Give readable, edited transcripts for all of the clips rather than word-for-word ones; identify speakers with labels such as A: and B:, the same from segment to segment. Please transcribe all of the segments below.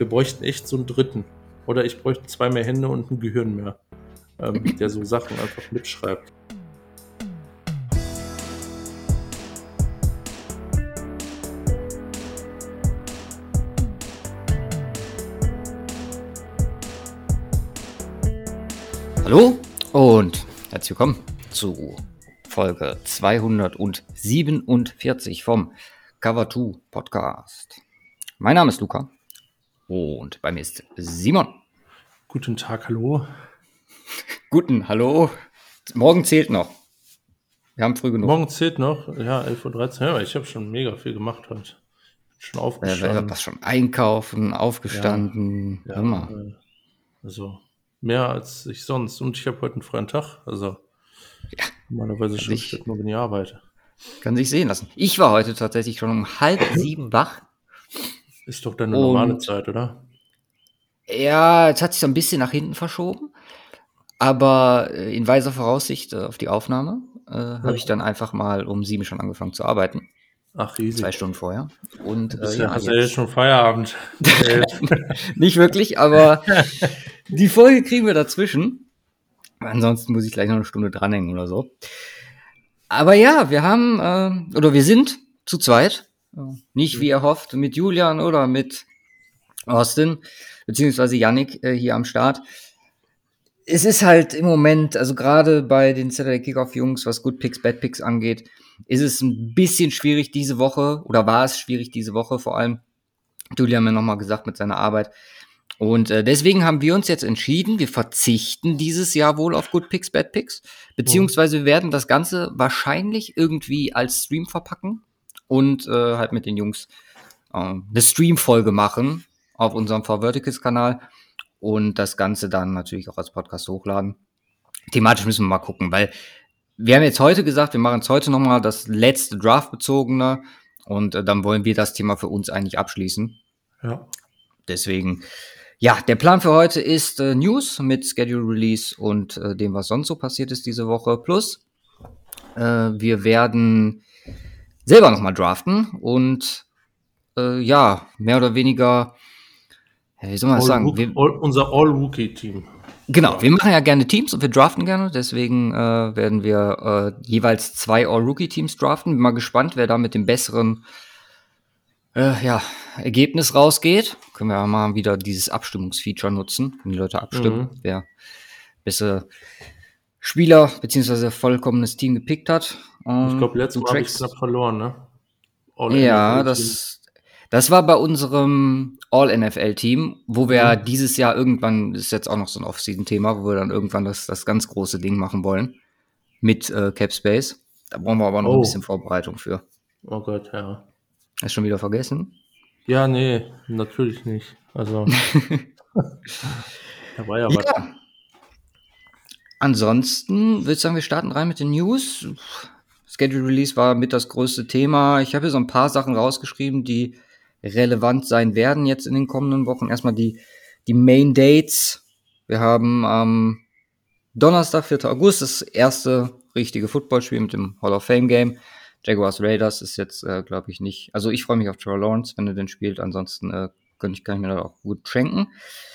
A: Wir bräuchten echt so einen dritten. Oder ich bräuchte 2 mehr Hände und ein Gehirn mehr, der so Sachen einfach mitschreibt.
B: Hallo und herzlich willkommen zu Folge 247 vom Cover 2 Podcast. Mein Name ist Luca und bei mir ist Simon.
A: Guten Tag, hallo.
B: Hallo. Morgen zählt noch. Wir haben früh genug.
A: Morgen zählt noch, ja, 11:13 Uhr. Ja, ich habe schon mega viel gemacht heute. Schon aufgestanden.
B: Was schon einkaufen, aufgestanden.
A: Ja,
B: Immer.
A: also mehr als ich sonst. Und ich habe heute einen freien Tag. Also
B: Ja,
A: normalerweise schon ich nur, wenn ich arbeite.
B: Kann sich sehen lassen. Ich war heute tatsächlich schon um 6:30 wach.
A: Ist doch deine normale Zeit, oder?
B: Ja, es hat sich so ein bisschen nach hinten verschoben. Aber in weiser Voraussicht auf die Aufnahme habe ich dann einfach mal um 7 schon angefangen zu arbeiten.
A: Ach, easy.
B: 2 Stunden vorher. Und
A: hast ja jetzt schon Feierabend.
B: Nicht wirklich, aber die Folge kriegen wir dazwischen. Ansonsten muss ich gleich noch eine Stunde dranhängen oder so. Aber ja, wir sind zu zweit. Nicht wie erhofft mit Julian oder mit Austin, beziehungsweise Yannick hier am Start. Es ist halt im Moment, also gerade bei den Saturday Kickoff Jungs, was Good Picks, Bad Picks angeht, ist es ein bisschen schwierig diese Woche, oder war es schwierig diese Woche vor allem. Julian hat mir nochmal gesagt mit seiner Arbeit. Und deswegen haben wir uns jetzt entschieden, wir verzichten dieses Jahr wohl auf Good Picks, Bad Picks, beziehungsweise wir werden das Ganze wahrscheinlich irgendwie als Stream verpacken und halt mit den Jungs eine Stream-Folge machen auf unserem Ververticals-Kanal. Und das Ganze dann natürlich auch als Podcast hochladen. Thematisch müssen wir mal gucken, weil wir haben jetzt heute gesagt, wir machen jetzt heute nochmal das letzte Draft-bezogene und dann wollen wir das Thema für uns eigentlich abschließen.
A: Ja.
B: Deswegen, ja, der Plan für heute ist News mit Schedule Release und dem, was sonst so passiert ist diese Woche. Plus, wir werden selber nochmal draften und mehr oder weniger, wie soll man das sagen?
A: Unser All-Rookie-Team.
B: Genau, wir machen ja gerne Teams und wir draften gerne, deswegen werden wir jeweils 2 All-Rookie-Teams draften. Bin mal gespannt, wer da mit dem besseren Ergebnis rausgeht. Können wir ja mal wieder dieses Abstimmungsfeature nutzen, wenn die Leute abstimmen, wer bessere Spieler bzw. vollkommenes Team gepickt hat.
A: Ich glaube, letztes Mal habe ich knapp verloren, ne?
B: Ja, das war bei unserem All-NFL-Team, wo wir dieses Jahr irgendwann, das ist jetzt auch noch so ein Off-Season-Thema, wo wir dann irgendwann das ganz große Ding machen wollen mit Cap Space. Da brauchen wir aber noch ein bisschen Vorbereitung für.
A: Oh Gott, ja.
B: Hast du schon wieder vergessen?
A: Ja, nee, natürlich nicht. Also, da war ja was.
B: Ja. Ansonsten würde ich sagen, wir starten rein mit den News. Schedule Release war mit das größte Thema. Ich habe hier so ein paar Sachen rausgeschrieben, die relevant sein werden jetzt in den kommenden Wochen. Erstmal die Main Dates. Wir haben am Donnerstag, 4. August, das erste richtige Footballspiel mit dem Hall of Fame Game. Jaguars Raiders ist jetzt, glaube ich, nicht. Also ich freue mich auf Trevor Lawrence, wenn er den spielt. Ansonsten kann ich mir das auch gut schenken.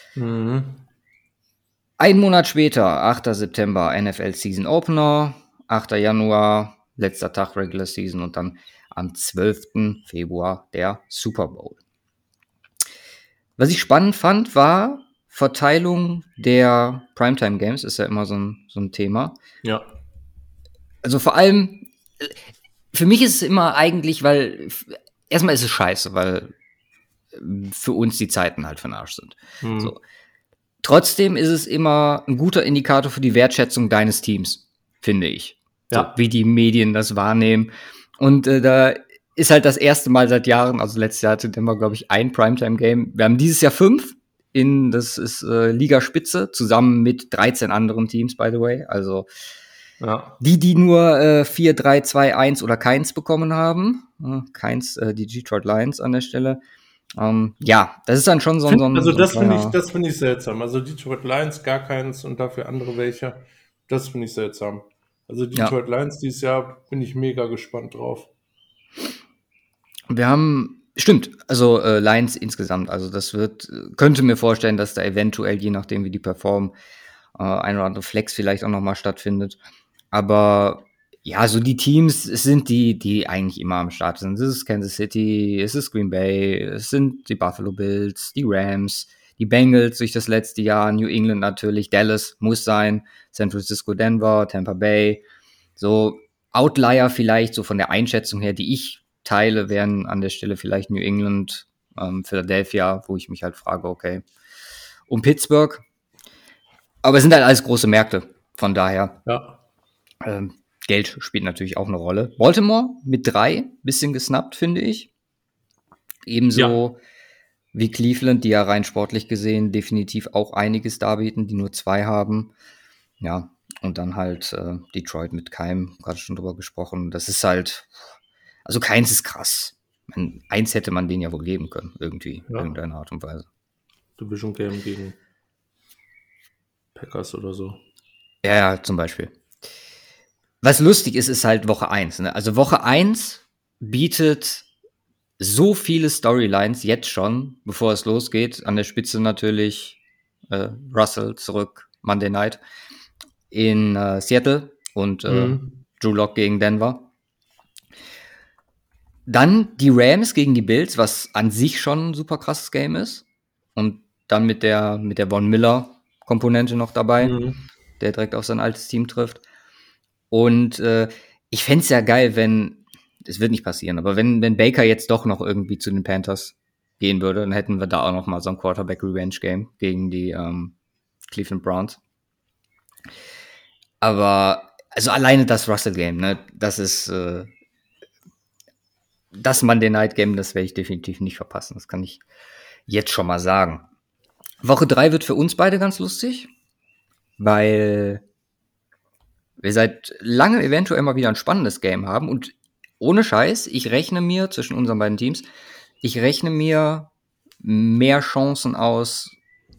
B: Ein Monat später, 8. September, NFL Season Opener. 8. Januar, letzter Tag Regular Season und dann am 12. Februar der Super Bowl. Was ich spannend fand, war Verteilung der Primetime Games, ist ja immer so ein Thema.
A: Ja.
B: Also vor allem, für mich ist es immer eigentlich, weil erstmal ist es scheiße, weil für uns die Zeiten halt für den Arsch sind. So. Trotzdem ist es immer ein guter Indikator für die Wertschätzung deines Teams, finde ich.
A: Ja.
B: So, wie die Medien das wahrnehmen. Und da ist halt das erste Mal seit Jahren, also letztes Jahr hatte Denver, glaube ich, ein Primetime-Game. Wir haben dieses Jahr 5. Das ist Ligaspitze, zusammen mit 13 anderen Teams, by the way. Also die nur 4, 3, 2, 1 oder keins bekommen haben. Keins, die Detroit Lions an der Stelle. Das ist dann schon so ein...
A: Also das finde ich seltsam. Also Detroit Lions gar keins und dafür andere welche. Das finde ich seltsam. Also Detroit Lions dieses Jahr bin ich mega gespannt drauf.
B: Wir haben Stimmt, also Lions insgesamt. Also das könnte mir vorstellen, dass da eventuell, je nachdem wie die performen, ein oder andere Flex vielleicht auch nochmal stattfindet. Aber ja, so die Teams, es sind die eigentlich immer am Start sind. Es ist Kansas City, es ist Green Bay, es sind die Buffalo Bills, die Rams, die Bengals durch das letzte Jahr, New England natürlich, Dallas muss sein, San Francisco, Denver, Tampa Bay. So Outlier vielleicht, so von der Einschätzung her, die ich teile, wären an der Stelle vielleicht New England, Philadelphia, wo ich mich halt frage, okay, um Pittsburgh. Aber es sind halt alles große Märkte. Von daher,
A: Ja.
B: Geld spielt natürlich auch eine Rolle. Baltimore mit 3, bisschen gesnappt, finde ich. Ebenso wie Cleveland, die ja rein sportlich gesehen definitiv auch einiges darbieten, die nur 2 haben. Ja, und dann halt Detroit mit Keim, gerade schon drüber gesprochen. Das ist halt, also keins ist krass. Eins hätte man denen ja wohl geben können, irgendwie, in irgendeiner Art und Weise.
A: Division Game gegen Packers oder so.
B: Ja, zum Beispiel. Was lustig ist, ist halt Woche 1. Ne? Also Woche 1 bietet so viele Storylines jetzt schon, bevor es losgeht. An der Spitze natürlich Russell zurück, Monday Night in Seattle und Drew Lock gegen Denver. Dann die Rams gegen die Bills, was an sich schon ein super krasses Game ist. Und dann mit der Von Miller-Komponente noch dabei, der direkt auf sein altes Team trifft. Und ich fände es ja geil, es wird nicht passieren, aber wenn Baker jetzt doch noch irgendwie zu den Panthers gehen würde, dann hätten wir da auch noch mal so ein Quarterback-Revenge-Game gegen die Cleveland Browns. Aber, also alleine das Russell-Game, ne, das ist das Monday Night Game, das werde ich definitiv nicht verpassen. Das kann ich jetzt schon mal sagen. Woche 3 wird für uns beide ganz lustig, weil wir seit langem eventuell mal wieder ein spannendes Game haben. Und ohne Scheiß, ich rechne mir zwischen unseren beiden Teams, ich rechne mir mehr Chancen aus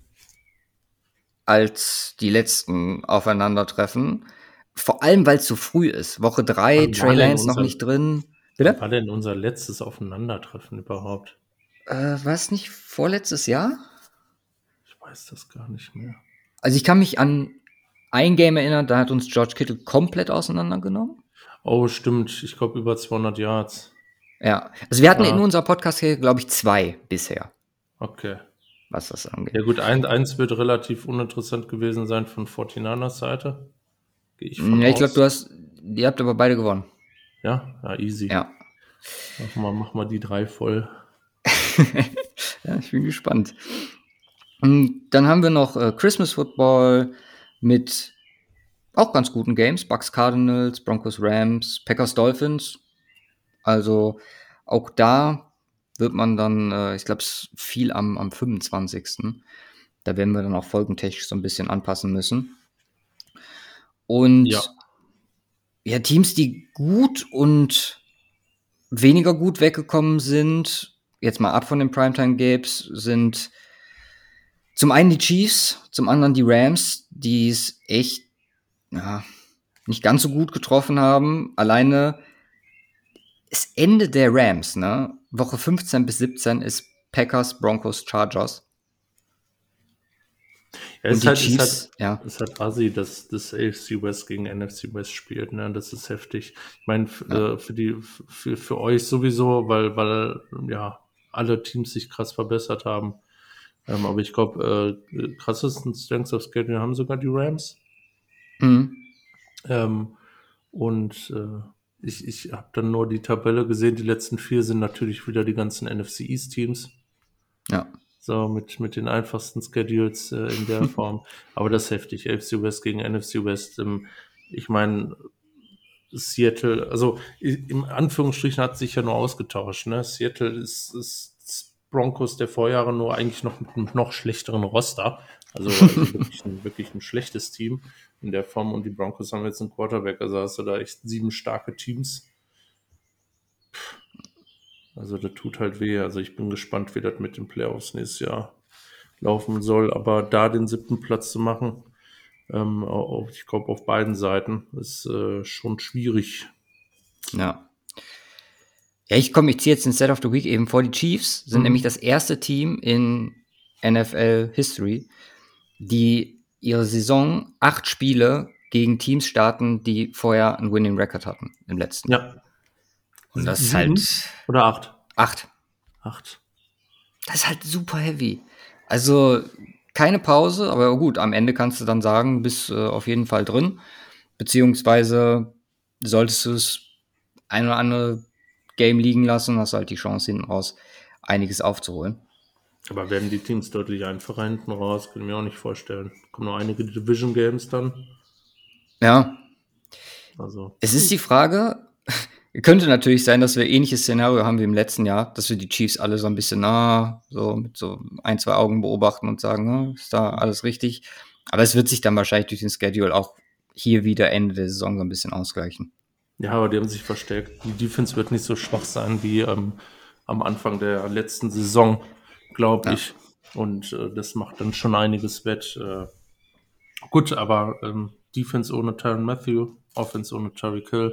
B: als die letzten Aufeinandertreffen. Vor allem, weil es so früh ist. Woche 3, Trey Lance noch nicht drin.
A: Bitte? Was war denn unser letztes Aufeinandertreffen überhaupt?
B: War es nicht vorletztes Jahr?
A: Ich weiß das gar nicht mehr.
B: Also ich kann mich an ein Game erinnern, da hat uns George Kittle komplett auseinandergenommen.
A: Oh, stimmt. Ich glaube, über 200 Yards.
B: Ja, also wir hatten in unserer Podcast hier, glaube ich, 2 bisher.
A: Okay.
B: Was das angeht.
A: Ja gut, eins wird relativ uninteressant gewesen sein von 49ers Seite.
B: Gehe ich von aus. Ich glaube, ihr habt aber beide gewonnen.
A: Ja, easy.
B: Ja.
A: Mach mal die 3 voll.
B: Ja, ich bin gespannt. Dann haben wir noch Christmas Football mit auch ganz guten Games. Bucks Cardinals, Broncos Rams, Packers Dolphins. Also auch da wird man dann, ich glaube, viel am 25. Da werden wir dann auch folgentechnisch so ein bisschen anpassen müssen. Und ja, Teams, die gut und weniger gut weggekommen sind, jetzt mal ab von den Primetime-Games, sind zum einen die Chiefs, zum anderen die Rams, die es echt nicht ganz so gut getroffen haben. Alleine das Ende der Rams, ne? Woche 15 bis 17 ist Packers, Broncos, Chargers.
A: Ja, und die Chiefs, ist halt assi, dass das AFC West gegen NFC West spielt, ne? Das ist heftig. Ich meine, für euch sowieso, weil ja alle Teams sich krass verbessert haben. Aber ich glaube, krassesten Strengths of Schedule haben sogar die Rams. Ich habe dann nur die Tabelle gesehen. Die letzten 4 sind natürlich wieder die ganzen NFC East Teams.
B: Ja.
A: So, mit den einfachsten Schedules in der Form. Aber das ist heftig. AFC West gegen NFC West. Ich meine, Seattle, also im Anführungsstrichen hat sich ja nur ausgetauscht. Ne? Seattle ist Broncos der Vorjahre nur eigentlich noch mit einem noch schlechteren Roster. Also wirklich ein schlechtes Team in der Form. Und die Broncos haben jetzt einen Quarterback. Also hast du da echt 7 starke Teams. Also das tut halt weh. Also ich bin gespannt, wie das mit den Playoffs nächstes Jahr laufen soll. Aber da den 7. Platz zu machen, ich glaube auf beiden Seiten, ist schon schwierig.
B: Ja. Ja, ich ziehe jetzt den Set of the Week eben vor. Die Chiefs sind nämlich das erste Team in NFL History, die ihre Saison 8 Spiele gegen Teams starten, die vorher einen Winning Record hatten im letzten.
A: Ja.
B: Und das ist
A: 7
B: halt
A: oder 8?
B: 8.
A: 8.
B: Das ist halt super heavy. Also keine Pause, aber gut, am Ende kannst du dann sagen, bist auf jeden Fall drin. Beziehungsweise solltest du es ein oder andere Game liegen lassen, hast halt die Chance hinten raus einiges aufzuholen.
A: Aber werden die Teams deutlich einfacher hinten raus? Kann ich mir auch nicht vorstellen. Kommen noch einige Division Games dann.
B: Ja.
A: Also.
B: Es ist die Frage, könnte natürlich sein, dass wir ähnliches Szenario haben wie im letzten Jahr, dass wir die Chiefs alle so ein bisschen so mit so 1, 2 Augen beobachten und sagen, ist da alles richtig? Aber es wird sich dann wahrscheinlich durch den Schedule auch hier wieder Ende der Saison so ein bisschen ausgleichen.
A: Ja, aber die haben sich verstärkt. Die Defense wird nicht so schwach sein wie am Anfang der letzten Saison, glaube ich. Und das macht dann schon einiges wett. Gut, aber Defense ohne Tyrann Mathieu, Offense ohne Tyreek Hill.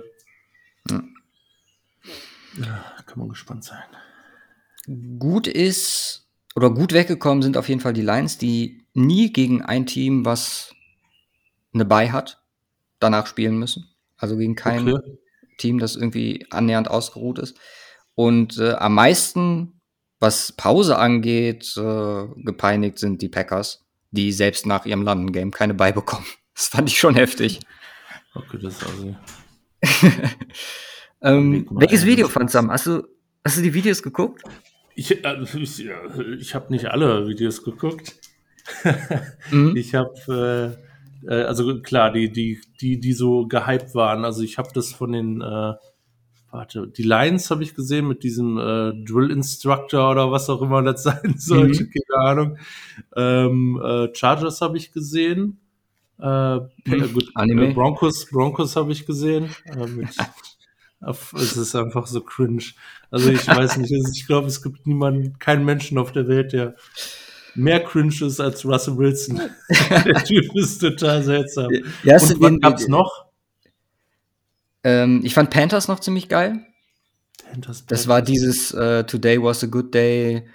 A: Ja, kann man gespannt sein.
B: Gut weggekommen sind auf jeden Fall die Lions, die nie gegen ein Team, was eine Bye hat, danach spielen müssen. Also gegen kein Team, das irgendwie annähernd ausgeruht ist. Und am meisten, was Pause angeht, gepeinigt sind die Packers, die selbst nach ihrem London-Game keine Bye bekommen. Das fand ich schon heftig.
A: Okay, das ist also.
B: Welches Video fandst du am? Hast du die Videos geguckt?
A: Ich habe nicht alle Videos geguckt. Ich habe also klar, die so gehypt waren. Also ich habe das von den die Lions habe ich gesehen mit diesem Drill Instructor oder was auch immer das sein sollte, keine Ahnung. Chargers habe ich gesehen. Gut, Broncos habe ich gesehen. Es ist einfach so cringe. Also ich weiß nicht, ich glaube, es gibt keinen Menschen auf der Welt, der mehr cringe ist als Russell Wilson. Der Typ ist total seltsam.
B: Ja,
A: und was gab's noch?
B: Ich fand Panthers noch ziemlich geil. Das war dieses Today was a good day,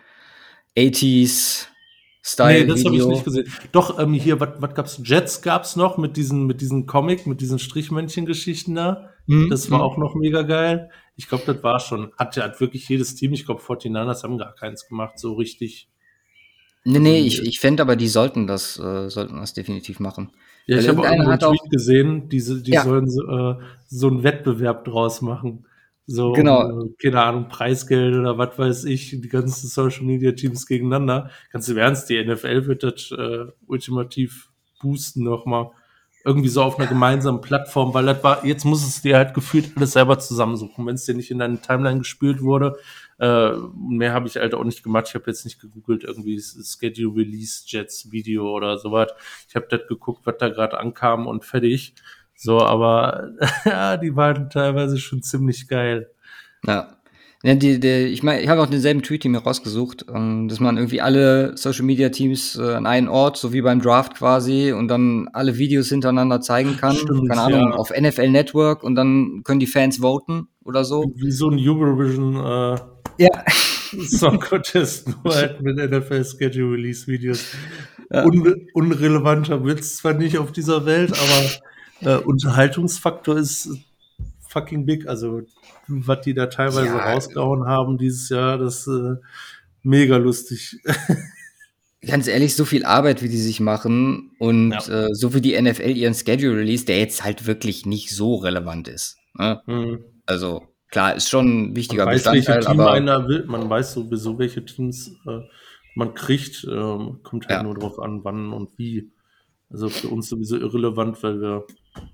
B: 80s Style.
A: Nee, das habe ich nicht gesehen. Doch, hier, was gab's? Jets gab's noch mit diesen Comic, mit diesen Strichmännchen-Geschichten da. Das war auch noch mega geil. Ich glaube, das war schon. Hat wirklich jedes Team, ich glaube, 49ers haben gar keins gemacht, so richtig.
B: Nee, ich fände aber, die sollten das definitiv machen.
A: Ja, ich habe einen Tweet gesehen, die sollen so einen Wettbewerb draus machen. So,
B: genau.
A: Keine Ahnung, Preisgeld oder was weiß ich, die ganzen Social-Media-Teams gegeneinander. Ganz im Ernst, die NFL wird das ultimativ boosten nochmal. Irgendwie so auf einer gemeinsamen Plattform, weil jetzt muss es dir halt gefühlt alles selber zusammensuchen, wenn es dir nicht in deine Timeline gespielt wurde. Mehr habe ich halt auch nicht gemacht. Ich habe jetzt nicht gegoogelt, irgendwie Schedule Release Jets Video oder sowas. Ich habe das geguckt, was da gerade ankam und fertig. So, aber ja, die waren teilweise schon ziemlich geil.
B: Ja. Ja, ich habe auch denselben Tweet mir rausgesucht, dass man irgendwie alle Social-Media-Teams an einen Ort, so wie beim Draft quasi, und dann alle Videos hintereinander zeigen kann.
A: Stimmt,
B: keine Ahnung, auf NFL Network, und dann können die Fans voten oder so.
A: Wie so ein Eurovision Song Contest, nur halt mit NFL Schedule Release Videos. Ja. Unrelevanter wird's zwar nicht auf dieser Welt, aber Unterhaltungsfaktor ist fucking big. Also was die da teilweise rausgehauen haben dieses Jahr, das mega lustig.
B: Ganz ehrlich, so viel Arbeit, wie die sich machen, und so wie die NFL ihren Schedule release, der jetzt halt wirklich nicht so relevant ist. Ne? Also klar, ist schon ein wichtiger Bestandteil,
A: aber einer will, man weiß sowieso, welche Teams man kriegt, kommt halt nur drauf an, wann und wie. Also für uns sowieso irrelevant, weil wir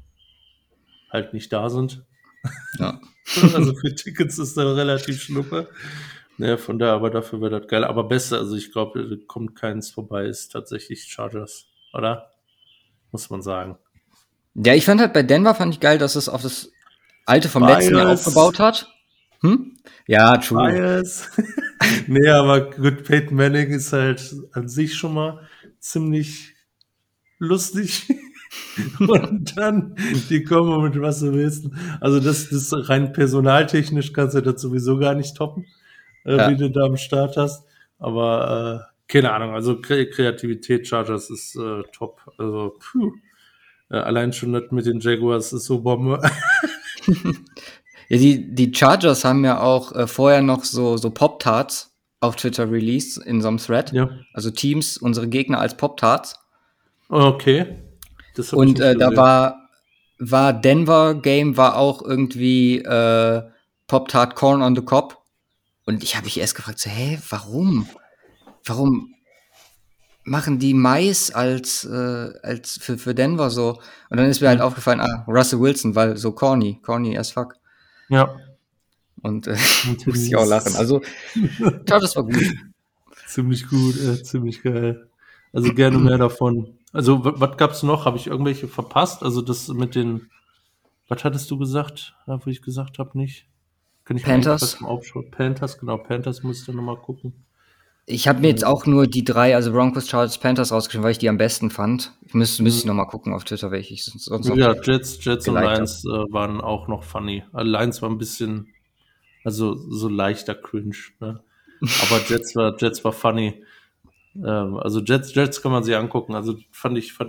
A: halt nicht da sind.
B: Ja.
A: Also für Tickets ist dann relativ schnuppe. Naja, von daher, aber dafür wäre das geil. Aber besser, also ich glaube, da kommt keins vorbei, ist tatsächlich Chargers, oder? Muss man sagen.
B: Ja, ich fand halt bei Denver geil, dass es auf das Alte vom letzten Jahr aufgebaut hat. Ja, true.
A: Nee, aber gut, Peyton Manning ist halt an sich schon mal ziemlich lustig. Und dann die Kombo mit Russell Wilson. Also das rein personaltechnisch kannst du das sowieso gar nicht toppen,
B: Ja.
A: wie du da am Start hast. Aber keine Ahnung, also Kreativität Chargers ist top. Also allein schon das mit den Jaguars ist so Bombe.
B: Ja, die Chargers haben ja auch vorher noch so Pop-Tarts auf Twitter released in so einem Thread.
A: Ja.
B: Also Teams, unsere Gegner als Pop-Tarts.
A: Okay. Das hab ich
B: Und
A: nicht gesehen.
B: da war Denver Game war auch irgendwie Pop-Tart Corn on the Cob. Und ich habe mich erst gefragt, so, warum? Warum machen die Mais als für Denver so? Und dann ist mir halt aufgefallen, Russell Wilson, weil so corny as fuck.
A: Ja.
B: Und musste ich auch lachen. Also, das war gut.
A: Ziemlich gut, ziemlich geil. Also gerne mehr davon. Also, was gab's noch? Habe ich irgendwelche verpasst? Also, das mit den, was hattest du gesagt? Ja, wo ich gesagt habe, nicht? Kann ich
B: Panthers.
A: mal aufschauen? Panthers, genau. Panthers muss ich dann nochmal gucken.
B: Ich habe mir jetzt auch nur die 3, also Broncos, Chargers, Panthers rausgeschrieben, weil ich die am besten fand. Ich müsste nochmal gucken auf Twitter, welche ich sonst noch.
A: Ja, Jets und Lions waren auch noch funny. Lions war ein bisschen, also so leichter Cringe, ne? Aber Jets war funny. Also Jets kann man sich angucken. Also fand ich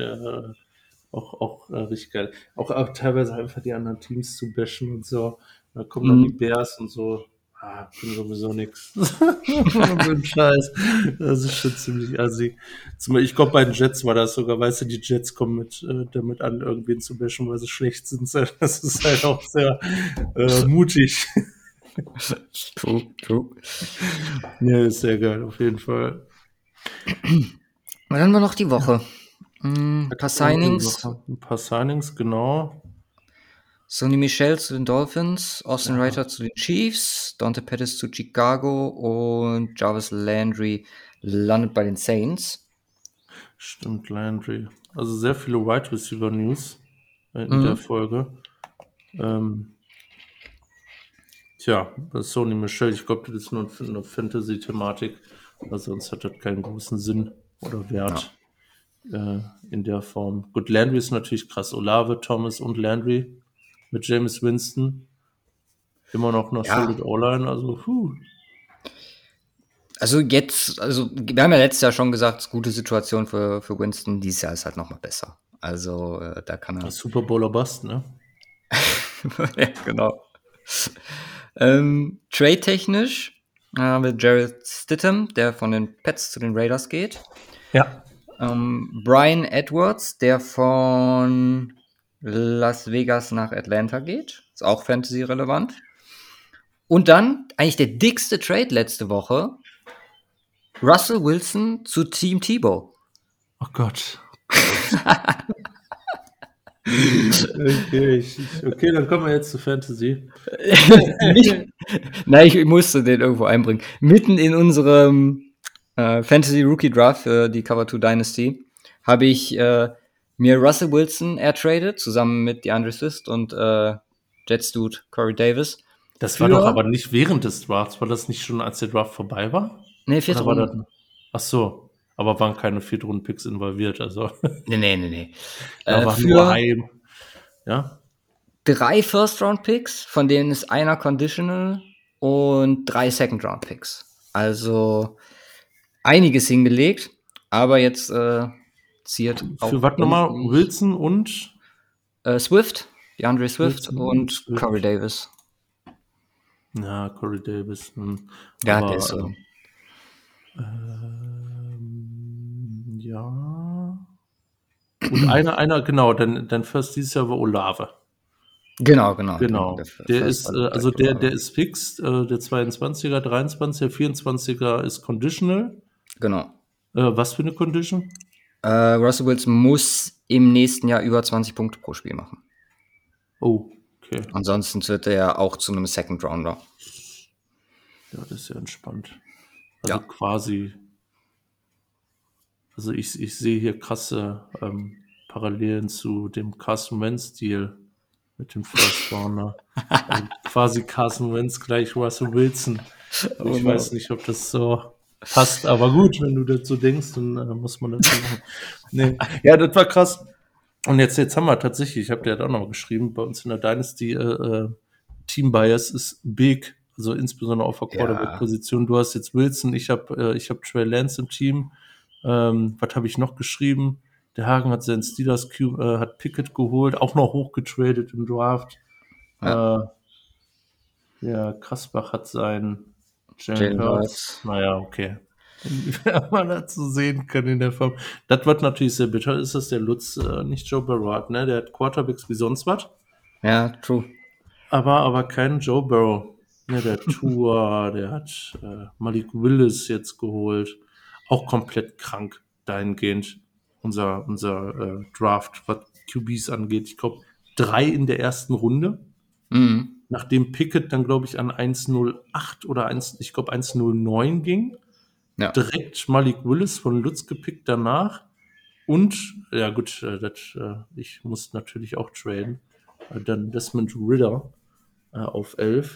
A: auch richtig geil. Auch teilweise einfach die anderen Teams zu bashen und so. Da kommen dann die Bears und so. Bin sowieso nix. So ein Scheiß. Das ist schon ziemlich assig. Ich glaube, bei den Jets war das sogar, weißt du, die Jets kommen damit an, irgendwen zu bashen, weil sie schlecht sind. Das ist halt auch sehr mutig.
B: True.
A: Ja, ist sehr geil, auf jeden Fall.
B: Und dann haben wir noch die Woche. Ein paar
A: Signings, genau.
B: Sonny Michel zu den Dolphins, Austin Reiter zu den Chiefs, Dante Pettis zu Chicago und Jarvis Landry landet bei den Saints.
A: Stimmt, Landry. Also sehr viele Wide Receiver News in der Folge. Sonny Michel, ich glaube, das ist nur eine Fantasy-Thematik, weil sonst hat das keinen großen Sinn oder Wert in der Form. Gut, Landry ist natürlich krass. Olave, Thomas und Landry mit James Winston. Immer noch eine Solid O-Line, also
B: Also wir haben ja letztes Jahr schon gesagt, gute Situation für Winston. Dieses Jahr ist halt noch mal besser. Also da kann er.
A: Super Bowl or Bust, ne?
B: Ja, genau. Trade-technisch mit Jared Stidham, der von den Pets zu den Raiders geht.
A: Ja.
B: Brian Edwards, der von Las Vegas nach Atlanta geht. Ist auch Fantasy-relevant. Und dann eigentlich der dickste Trade letzte Woche. Russell Wilson zu Team Tebow.
A: Oh Gott. Okay, dann kommen wir jetzt zu Fantasy.
B: Nein, ich musste den irgendwo einbringen. Mitten in unserem Fantasy Rookie Draft für die Cover 2 Dynasty habe ich mir Russell Wilson ertradet, zusammen mit DeAndre Swift und Jets Dude Corey Davis.
A: Das war doch aber nicht während des Drafts. War das nicht schon, als der Draft vorbei war?
B: Nee, 4. Runde.
A: Ach so, aber waren keine 4-Runden-Picks involviert, also.
B: Nee.
A: War nur heim. Ja?
B: 3 First-Round-Picks, von denen ist einer conditional und 3 Second-Round-Picks. Also einiges hingelegt, aber jetzt ziert auch.
A: Für was nochmal? Wilson und?
B: Swift, DeAndre Swift und Corey Davis.
A: Ja, Corey Davis.
B: Ja, der ist so.
A: Ja. Und einer, genau, dein First dieses Jahr war Olave.
B: Genau.
A: Der ist, der ist fixed, der 22er, 23er, 24er ist conditional.
B: Genau.
A: Was für eine Condition?
B: Russell Wilson muss im nächsten Jahr über 20 Punkte pro Spiel machen.
A: Oh, okay.
B: Ansonsten wird er auch zu einem Second Rounder.
A: Ja, das ist ja entspannt. Also quasi. Also ich sehe hier krasse Parallelen zu dem Carson Wentz-Deal mit dem First Rounder. Also quasi Carson Wentz gleich Russell Wilson. Ich weiß nicht, ob das so passt, aber gut, wenn du das so denkst, dann muss man das machen. Nee. Ja, das war krass. Und jetzt haben wir tatsächlich, ich habe dir ja auch noch geschrieben, bei uns in der Dynasty, Team Bias ist big, also insbesondere auf der Quarterback-Position. Du hast jetzt Wilson, ich hab Trey Lance im Team. Was habe ich noch geschrieben? Der Hagen hat seinen Steelers hat Pickett geholt, auch noch hochgetradet im Draft.
B: Ja.
A: Der Krasbach hat seinen Jalen
B: Jalen
A: Hurts.
B: Hurts.
A: Naja, okay. Wenn man dazu sehen kann in der Form. Das, was natürlich sehr bitter ist, dass der Lutz nicht Joe Burrow hat, ne? Der hat Quarterbacks wie sonst was.
B: Ja, true.
A: Aber keinen Joe Burrow. Ne, der hat Tua, der hat Malik Willis jetzt geholt. Auch komplett krank dahingehend. Unser Draft, was QBs angeht. Ich glaube, 3 in der ersten Runde.
B: Mhm.
A: Nachdem Pickett dann, glaube ich, an 1,08 oder 1,09 ging.
B: Ja.
A: Direkt Malik Willis von Lutz gepickt danach. Und, ja gut, ich muss natürlich auch traden. Dann Desmond Ridder auf 11.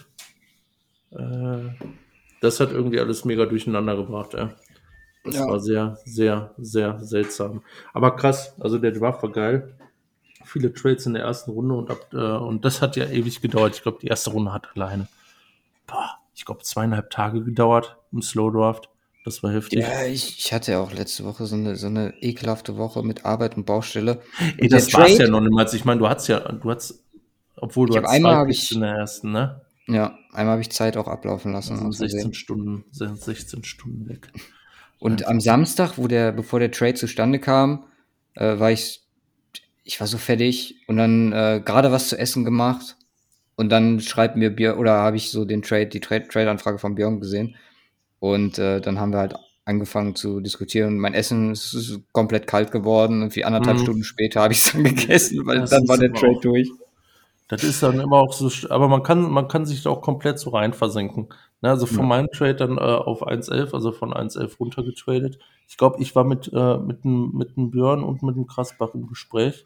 A: Das hat irgendwie alles mega durcheinander gebracht. Das war sehr, sehr, sehr seltsam. Aber krass, also der Draft war geil. Viele Trades in der ersten Runde und das hat ja ewig gedauert. Ich glaube, die erste Runde hat alleine, ich glaube, 2,5 Tage gedauert im Slow Draft. Das war heftig.
B: Ja, ich hatte ja auch letzte Woche so eine ekelhafte Woche mit Arbeit und Baustelle.
A: Ey, das war's ja noch niemals. Ich meine, obwohl du hast 2 Picks in der ersten, ne?
B: Ja, einmal habe ich Zeit auch ablaufen lassen.
A: Also 16 Stunden weg.
B: Und am Samstag, bevor der Trade zustande kam, war ich war so fertig und dann gerade was zu essen gemacht und dann schreibt mir Björn, oder habe ich so die Trade-Anfrage von Björn gesehen und dann haben wir halt angefangen zu diskutieren. Mein Essen ist komplett kalt geworden und 1,5 Stunden später habe ich es dann gegessen, weil
A: Das
B: dann war
A: ist
B: der
A: aber
B: Trade
A: auch-
B: durch.
A: Das ist dann immer auch so, aber man kann sich da auch komplett so rein versenken. Ne, also von
B: Ja.
A: meinem Trade dann auf 1,11, also von 1,11 runtergetradet. Ich glaube, ich war mit dem Björn und mit dem Krasbach im Gespräch.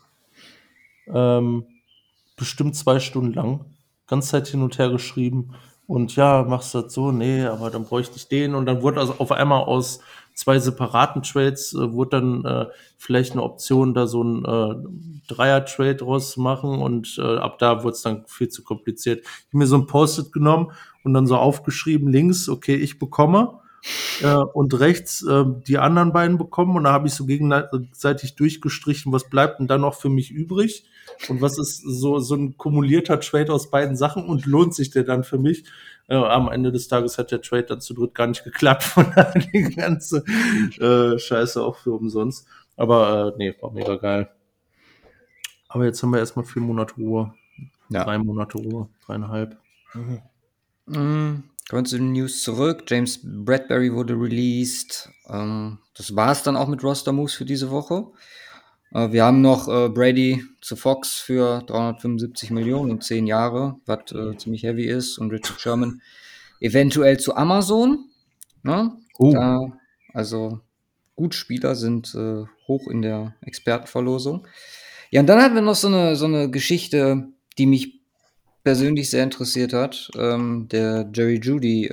A: Bestimmt 2 Stunden lang. Ganz Zeit hin und her geschrieben. Und ja, machst du das so? Nee, aber dann bräuchte ich den. Und dann wurde also auf einmal aus 2 separaten Trades, wurde dann vielleicht eine Option, da so ein Dreier-Trade draus zu machen. Und ab da wurde es dann viel zu kompliziert. Ich habe mir so ein Post-it genommen und dann so aufgeschrieben, links, okay, ich bekomme. Und rechts die anderen beiden bekommen. Und da habe ich so gegenseitig durchgestrichen, was bleibt denn dann noch für mich übrig? Und was ist so ein kumulierter Trade aus beiden Sachen und lohnt sich der dann für mich? Am Ende des Tages hat der Trade dann zu dritt gar nicht geklappt, von daher die ganze Scheiße auch für umsonst. Aber nee, war mega geil. Aber jetzt haben wir erstmal 4 Monate Ruhe.
B: Ja.
A: 3 Monate Ruhe, 3,5.
B: Kommen wir zu den News zurück. James Bradbury wurde released. Das war es dann auch mit Roster-Moves für diese Woche. Wir haben noch Brady zu Fox für 375 Millionen und 10 Jahre, was ziemlich heavy ist. Und Richard Sherman eventuell zu Amazon. Ne? Also gut, Spieler sind hoch in der Expertenverlosung. Ja, und dann hatten wir noch so eine Geschichte, die mich persönlich sehr interessiert hat. Der Jerry Jeudy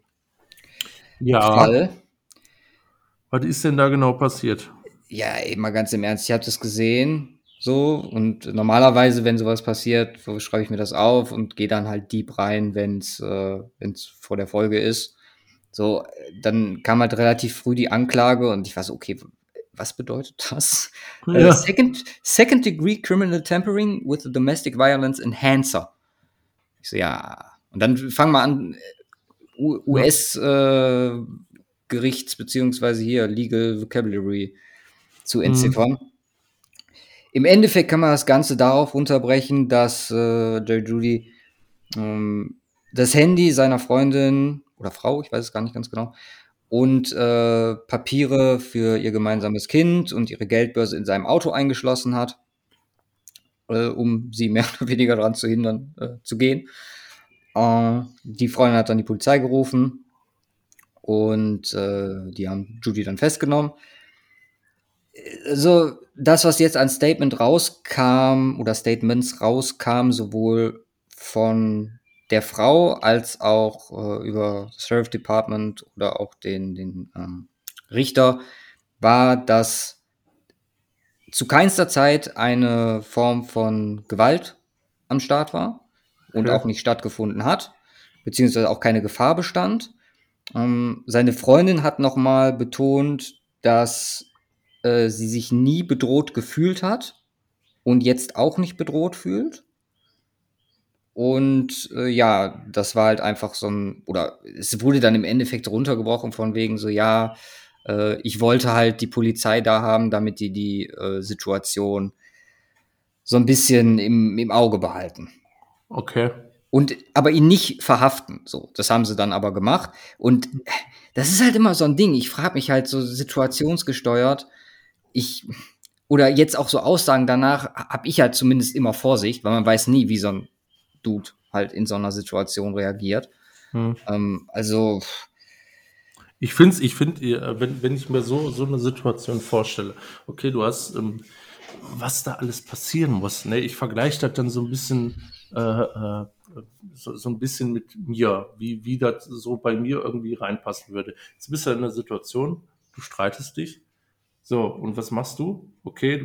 B: Fall.
A: Was ist denn da genau passiert?
B: Ja, eben mal ganz im Ernst, ich habe das gesehen, so, und normalerweise, wenn sowas passiert, schreibe ich mir das auf und gehe dann halt deep rein, wenn's vor der Folge ist. So, dann kam halt relativ früh die Anklage und ich war so, okay, was bedeutet das?
A: Ja.
B: Second degree criminal tampering with a domestic violence enhancer. Ich so, ja. Und dann fangen wir an, US Gerichts beziehungsweise hier Legal Vocabulary zu entziffern. Im Endeffekt kann man das Ganze darauf runterbrechen, dass Jerry Jeudy das Handy seiner Freundin oder Frau, ich weiß es gar nicht ganz genau, und Papiere für ihr gemeinsames Kind und ihre Geldbörse in seinem Auto eingeschlossen hat, um sie mehr oder weniger daran zu hindern, zu gehen. Die Freundin hat dann die Polizei gerufen und die haben Jeudy dann festgenommen. Also das, was jetzt an Statements rauskam, sowohl von der Frau als auch über das Sheriff Department oder auch den Richter, war, dass zu keinster Zeit eine Form von Gewalt am Start war und auch
A: Okay.
B: nicht stattgefunden hat, beziehungsweise auch keine Gefahr bestand. Seine Freundin hat nochmal betont, dass sie sich nie bedroht gefühlt hat und jetzt auch nicht bedroht fühlt. Und ja, das war halt einfach so ein, oder es wurde dann im Endeffekt runtergebrochen von wegen so, ja, ich wollte halt die Polizei da haben, damit die Situation so ein bisschen im Auge behalten.
A: Okay.
B: Und aber ihn nicht verhaften. So, das haben sie dann aber gemacht. Und das ist halt immer so ein Ding. Ich frage mich halt so situationsgesteuert. Ich oder jetzt auch so Aussagen danach habe ich halt zumindest immer Vorsicht, weil man weiß nie, wie so ein Dude halt in so einer Situation reagiert.
A: Hm.
B: Also
A: Ich finde, wenn ich mir so eine Situation vorstelle, okay, du hast, was da alles passieren muss, ne? Ich vergleiche das dann so ein bisschen, so ein bisschen mit mir, wie das so bei mir irgendwie reinpassen würde. Jetzt bist du in einer Situation, du streitest dich, so, und was machst du? Okay, du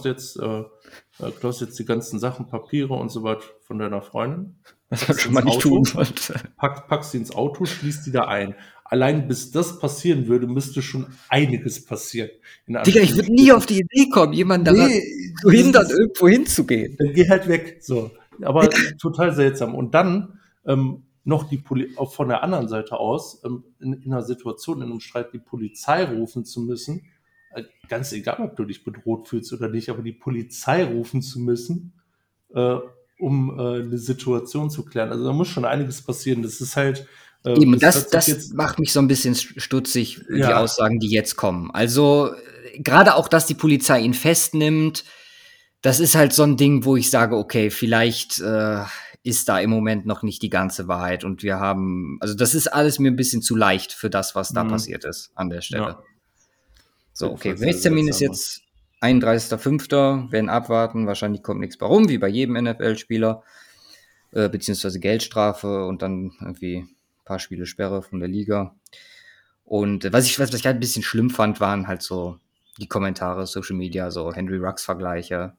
A: klaust jetzt die ganzen Sachen, Papiere und so weiter von deiner Freundin,
B: was man
A: packst
B: schon
A: ins
B: mal nicht tun
A: Auto,
B: sollte.
A: packst sie ins Auto, schließt die da ein. Allein bis das passieren würde, müsste schon einiges passieren. In
B: Digga, ich würde nie
A: Anführungsstrichen.
B: auf die Idee kommen, jemanden daran
A: Nee,
B: zu hindern,
A: das,
B: irgendwo hinzugehen.
A: dann geh halt weg. So. Aber total seltsam. Und dann noch auch von der anderen Seite aus, in einer Situation, in einem Streit, die Polizei rufen zu müssen, ganz egal, ob du dich bedroht fühlst oder nicht, aber die Polizei rufen zu müssen, äh, um eine Situation zu klären. Also da muss schon einiges passieren. Das ist halt,
B: Eben,
A: das hört sich
B: das
A: jetzt,
B: macht mich so ein bisschen stutzig, die
A: ja,
B: Aussagen, die jetzt kommen. Also, gerade auch, dass die Polizei ihn festnimmt, das ist halt so ein Ding, wo ich sage: „Okay, vielleicht, ist da im Moment noch nicht die ganze Wahrheit und wir haben“, also, das ist alles mir ein bisschen zu leicht für das, was da
A: hm,
B: passiert ist an der
A: ja,
B: Stelle.
A: auf
B: So,
A: jeden
B: okay,
A: Fall sehr
B: Gerichtstermin ist
A: seltsam.
B: jetzt 31.05., werden abwarten, wahrscheinlich kommt nichts bei rum, wie bei jedem NFL-Spieler, beziehungsweise Geldstrafe und dann irgendwie ein paar Spiele Sperre von der Liga. Und was ich halt ein bisschen schlimm fand, waren halt so die Kommentare, Social Media, so Henry Ruggs-Vergleiche.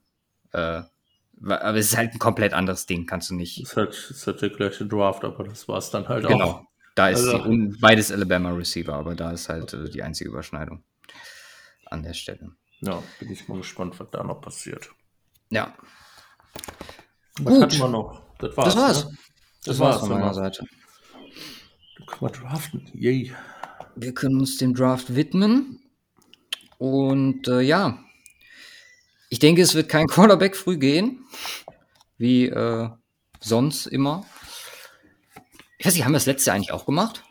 B: Aber es ist halt ein komplett anderes Ding, kannst du nicht.
A: Ist halt der gleiche Draft, aber das war es dann halt auch.
B: Genau. Da ist
A: Also,
B: die, und beides Alabama Receiver, aber da ist halt die einzige Überschneidung an der Stelle.
A: ja, bin ich mal gespannt, was da noch passiert.
B: Ja,
A: Was hatten wir
B: gut.
A: noch? Das
B: Das
A: war's,
B: war's.
A: ne?
B: Das
A: Das
B: war's
A: war's,
B: von
A: sag
B: meiner
A: mal.
B: Seite.
A: Dann können wir draften. Yay.
B: Wir können uns dem Draft widmen. Und ja, ich denke, es wird kein Quarterback früh gehen, wie sonst immer. Ich weiß nicht, haben wir das letzte Jahr eigentlich auch gemacht?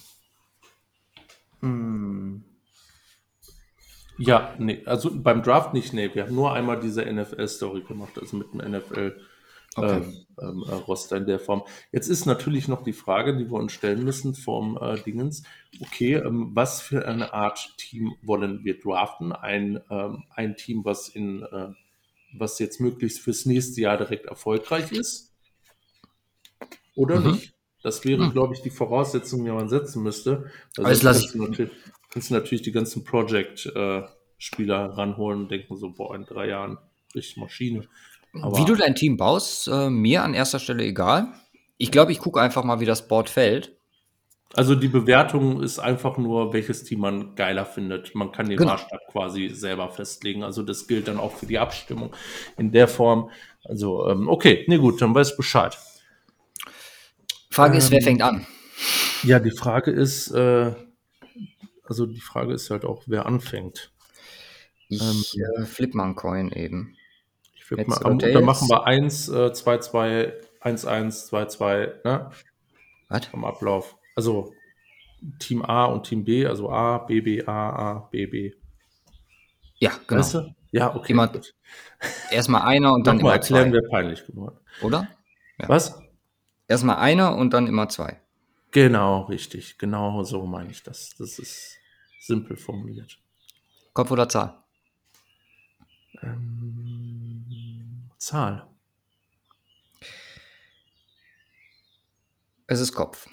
A: Ja, nee, also beim Draft nicht, nee. Wir haben nur einmal diese NFL-Story gemacht, also mit dem
B: Okay.
A: Roster in der Form. Jetzt ist natürlich noch die Frage, die wir uns stellen müssen vom Dingens. Okay, was für eine Art Team wollen wir draften? Ein Team, was jetzt möglichst fürs nächste Jahr direkt erfolgreich ist oder
B: Mhm.
A: nicht? Das wäre,
B: Hm.
A: glaube ich, die Voraussetzung, die man setzen müsste. Weil
B: Aber das
A: sonst
B: lasse ich.
A: kannst du natürlich die ganzen Project-Spieler ranholen und denken so, boah, in 3 Jahren richtig Maschine.
B: Wie du
A: Aber
B: dein Team baust, mir an erster Stelle egal. Ich glaube, ich gucke einfach mal, wie das Board fällt.
A: also die Bewertung ist einfach nur, welches Team man geiler findet. Man kann den
B: Genau.
A: Maßstab quasi selber festlegen. Also das gilt dann auch für die Abstimmung in der Form. Also, okay, nee, gut, dann weiß ich Bescheid.
B: Frage ist, wer
A: Ähm,
B: fängt an?
A: ja, die Frage ist, die Frage ist halt auch, wer anfängt.
B: Ich flippe mal einen Coin eben.
A: Ich würde mal,
B: Heads oder
A: dann machen
B: Tails?
A: wir 1, 2, 2, 1, 1, 2, 2, ne?
B: Was?
A: Vom Ablauf. Also Team A und Team B, also A, B, B, A, B, B.
B: Ja,
A: Weißt
B: genau.
A: du? Ja, okay,
B: Immer
A: gut.
B: erstmal einer und dann
A: Nochmal
B: immer
A: erklären,
B: zwei,
A: wäre peinlich geworden.
B: oder? Ja.
A: Was?
B: Erstmal einer und dann immer zwei.
A: Genau, richtig. Genau so meine ich das. Das ist simpel formuliert.
B: Kopf oder Zahl?
A: Zahl.
B: Es ist Kopf.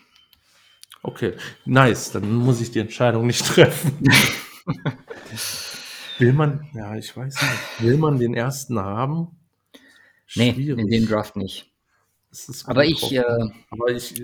A: Okay, nice. Dann muss ich die Entscheidung nicht treffen. Ich weiß nicht, will man den ersten haben?
B: Nee, in dem
A: Schwierig.
B: Draft nicht.
A: Es ist
B: Aber
A: gut drauf an. Aber ich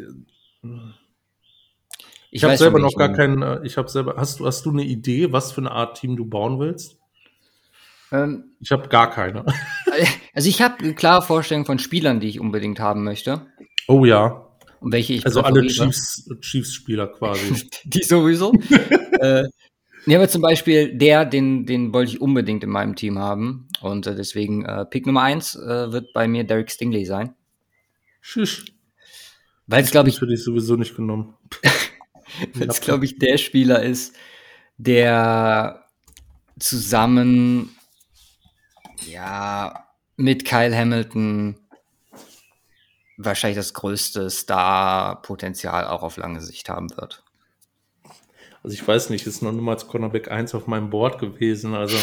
B: ich
A: habe
B: weiß schon,
A: selber
B: wen
A: noch
B: ich
A: gar
B: nehme.
A: keinen, hast du eine Idee, was für eine Art Team du bauen willst?
B: Ähm,
A: Ich habe gar keine.
B: also ich habe eine klare Vorstellung von Spielern, die ich unbedingt haben möchte
A: Oh ja,
B: und welche ich
A: also alle
B: präferiere.
A: Chiefs-Spieler quasi.
B: Die sowieso. Nee, aber zum Beispiel den wollte ich unbedingt in meinem Team haben. Und deswegen Pick Nummer 1 wird bei mir Derek Stingley sein.
A: Schisch.
B: Weil
A: Die
B: es, glaube
A: Spieler
B: ich,
A: hätte ich sowieso nicht genommen. Lappen.
B: der Spieler ist, der zusammen, ja, mit Kyle Hamilton wahrscheinlich das größte Star-Potenzial auch auf lange Sicht haben wird.
A: Also ich weiß nicht, ist noch niemals Cornerback 1 auf meinem Board gewesen. Also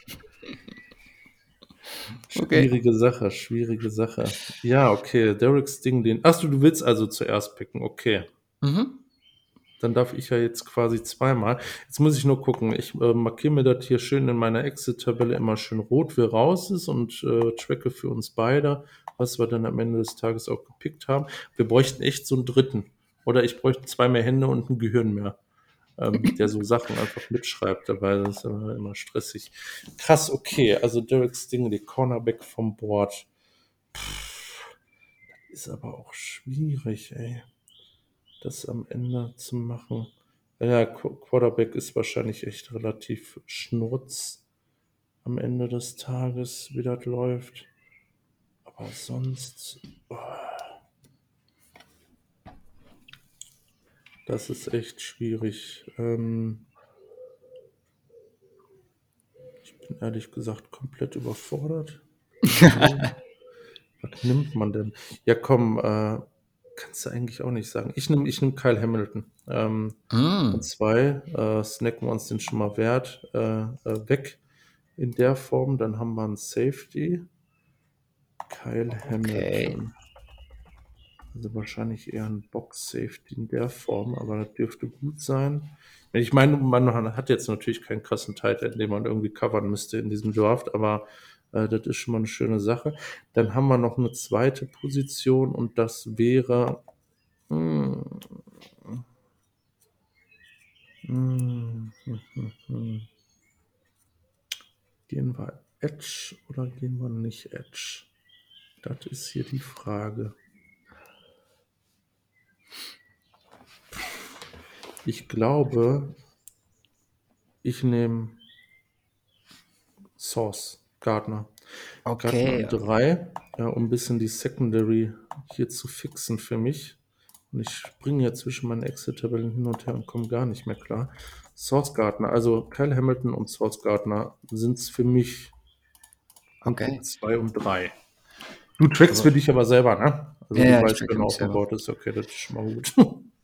B: Okay.
A: schwierige Sache. Ja, okay, Derek Stingley. Achso, du willst also zuerst picken, okay.
B: Mhm.
A: Dann darf ich ja jetzt quasi zweimal. Jetzt muss ich nur gucken. Ich markiere mir das hier schön in meiner Exit-Tabelle immer schön rot, wer raus ist und tracke für uns beide, was wir dann am Ende des Tages auch gepickt haben. Wir bräuchten echt so einen dritten. Oder ich bräuchte 2 mehr Hände und ein Gehirn mehr, der so Sachen einfach mitschreibt dabei. Das ist immer stressig. Krass, okay. Also Derek Stingley, Cornerback vom Board. Ist aber auch schwierig, ey, das am Ende zu machen. Ja, Quarterback ist wahrscheinlich echt relativ schnurz am Ende des Tages, wie das läuft. Aber sonst, das ist echt schwierig. Ich bin ehrlich gesagt komplett überfordert. Was nimmt man denn? Ja, komm, kannst du eigentlich auch nicht sagen. Ich nehm Kyle Hamilton. Und 2 snacken wir uns den schon mal weg in der Form. Dann haben wir einen Safety. Kyle
B: Okay.
A: Hamilton. Also wahrscheinlich eher ein Box-Safety in der Form, aber das dürfte gut sein. Ich meine, man hat jetzt natürlich keinen krassen Tight End, den man irgendwie covern müsste in diesem Draft, aber das ist schon mal eine schöne Sache. Dann haben wir noch eine zweite Position und das wäre gehen wir Edge oder gehen wir nicht Edge? Das ist hier die Frage. Ich glaube, ich nehme Sauce Gardner. Gardner
B: Okay.
A: 3, um ein bisschen die Secondary hier zu fixen für mich. Und ich springe hier zwischen meinen Exit-Tabellen hin und her und komme gar nicht mehr klar. Sauce Gardner, also Kyle Hamilton und Sauce Gardner sind es für mich an
B: Okay.
A: Pick 2 und 3. Du trackst für dich aber selber, ne? Also
B: Ja,
A: du
B: ja, ich
A: weißt
B: tracke
A: genau,
B: mich
A: auf dem
B: selber.
A: Board ist okay, das ist schon mal gut.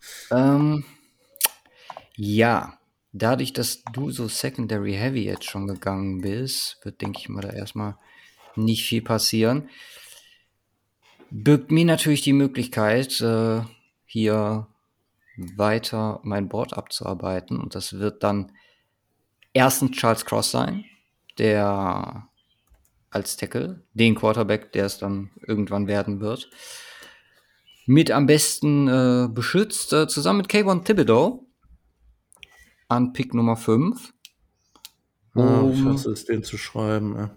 B: Ja, dadurch, dass du so Secondary Heavy jetzt schon gegangen bist, wird, denke ich mal, da erstmal nicht viel passieren. Birgt mir natürlich die Möglichkeit, hier weiter mein Board abzuarbeiten. Und das wird dann erstens Charles Cross sein, der als Tackle, den Quarterback, der es dann irgendwann werden wird, mit am besten beschützt, zusammen mit Kayvon Thibodeau an Pick Nummer 5.
A: Ich hasse es, den zu schreiben. Ja.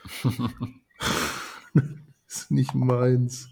A: Ist nicht meins.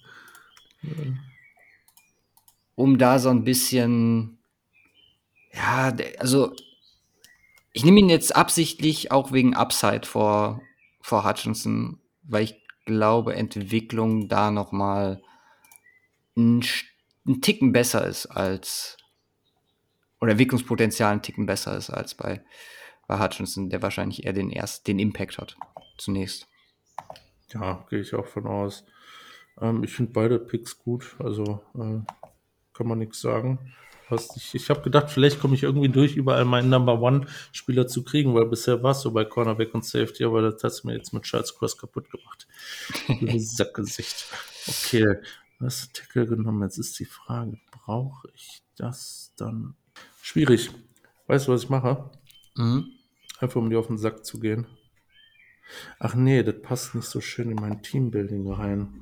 B: Um da so ein bisschen, ja, also ich nehme ihn jetzt absichtlich auch wegen Upside vor Hutchinson, weil ich glaube, Entwicklung da noch mal ein Ticken besser ist als, oder Entwicklungspotenzial ein Ticken besser ist als bei Hutchinson, der wahrscheinlich eher den Impact hat zunächst.
A: Ja, gehe ich auch von aus. Ich finde beide Picks gut, also kann man nichts sagen. Ich habe gedacht, vielleicht komme ich irgendwie durch, überall meinen Number One-Spieler zu kriegen, weil bisher war es so bei Cornerback und Safety, aber das hat mir jetzt mit Charles Cross kaputt gemacht. Du Sackgesicht. Okay, du hast Tackle genommen. Jetzt ist die Frage, brauche ich das dann? Schwierig. Weißt du, was ich mache? Einfach um die auf den Sack zu gehen. Ach nee, das passt nicht so schön in mein Teambuilding rein.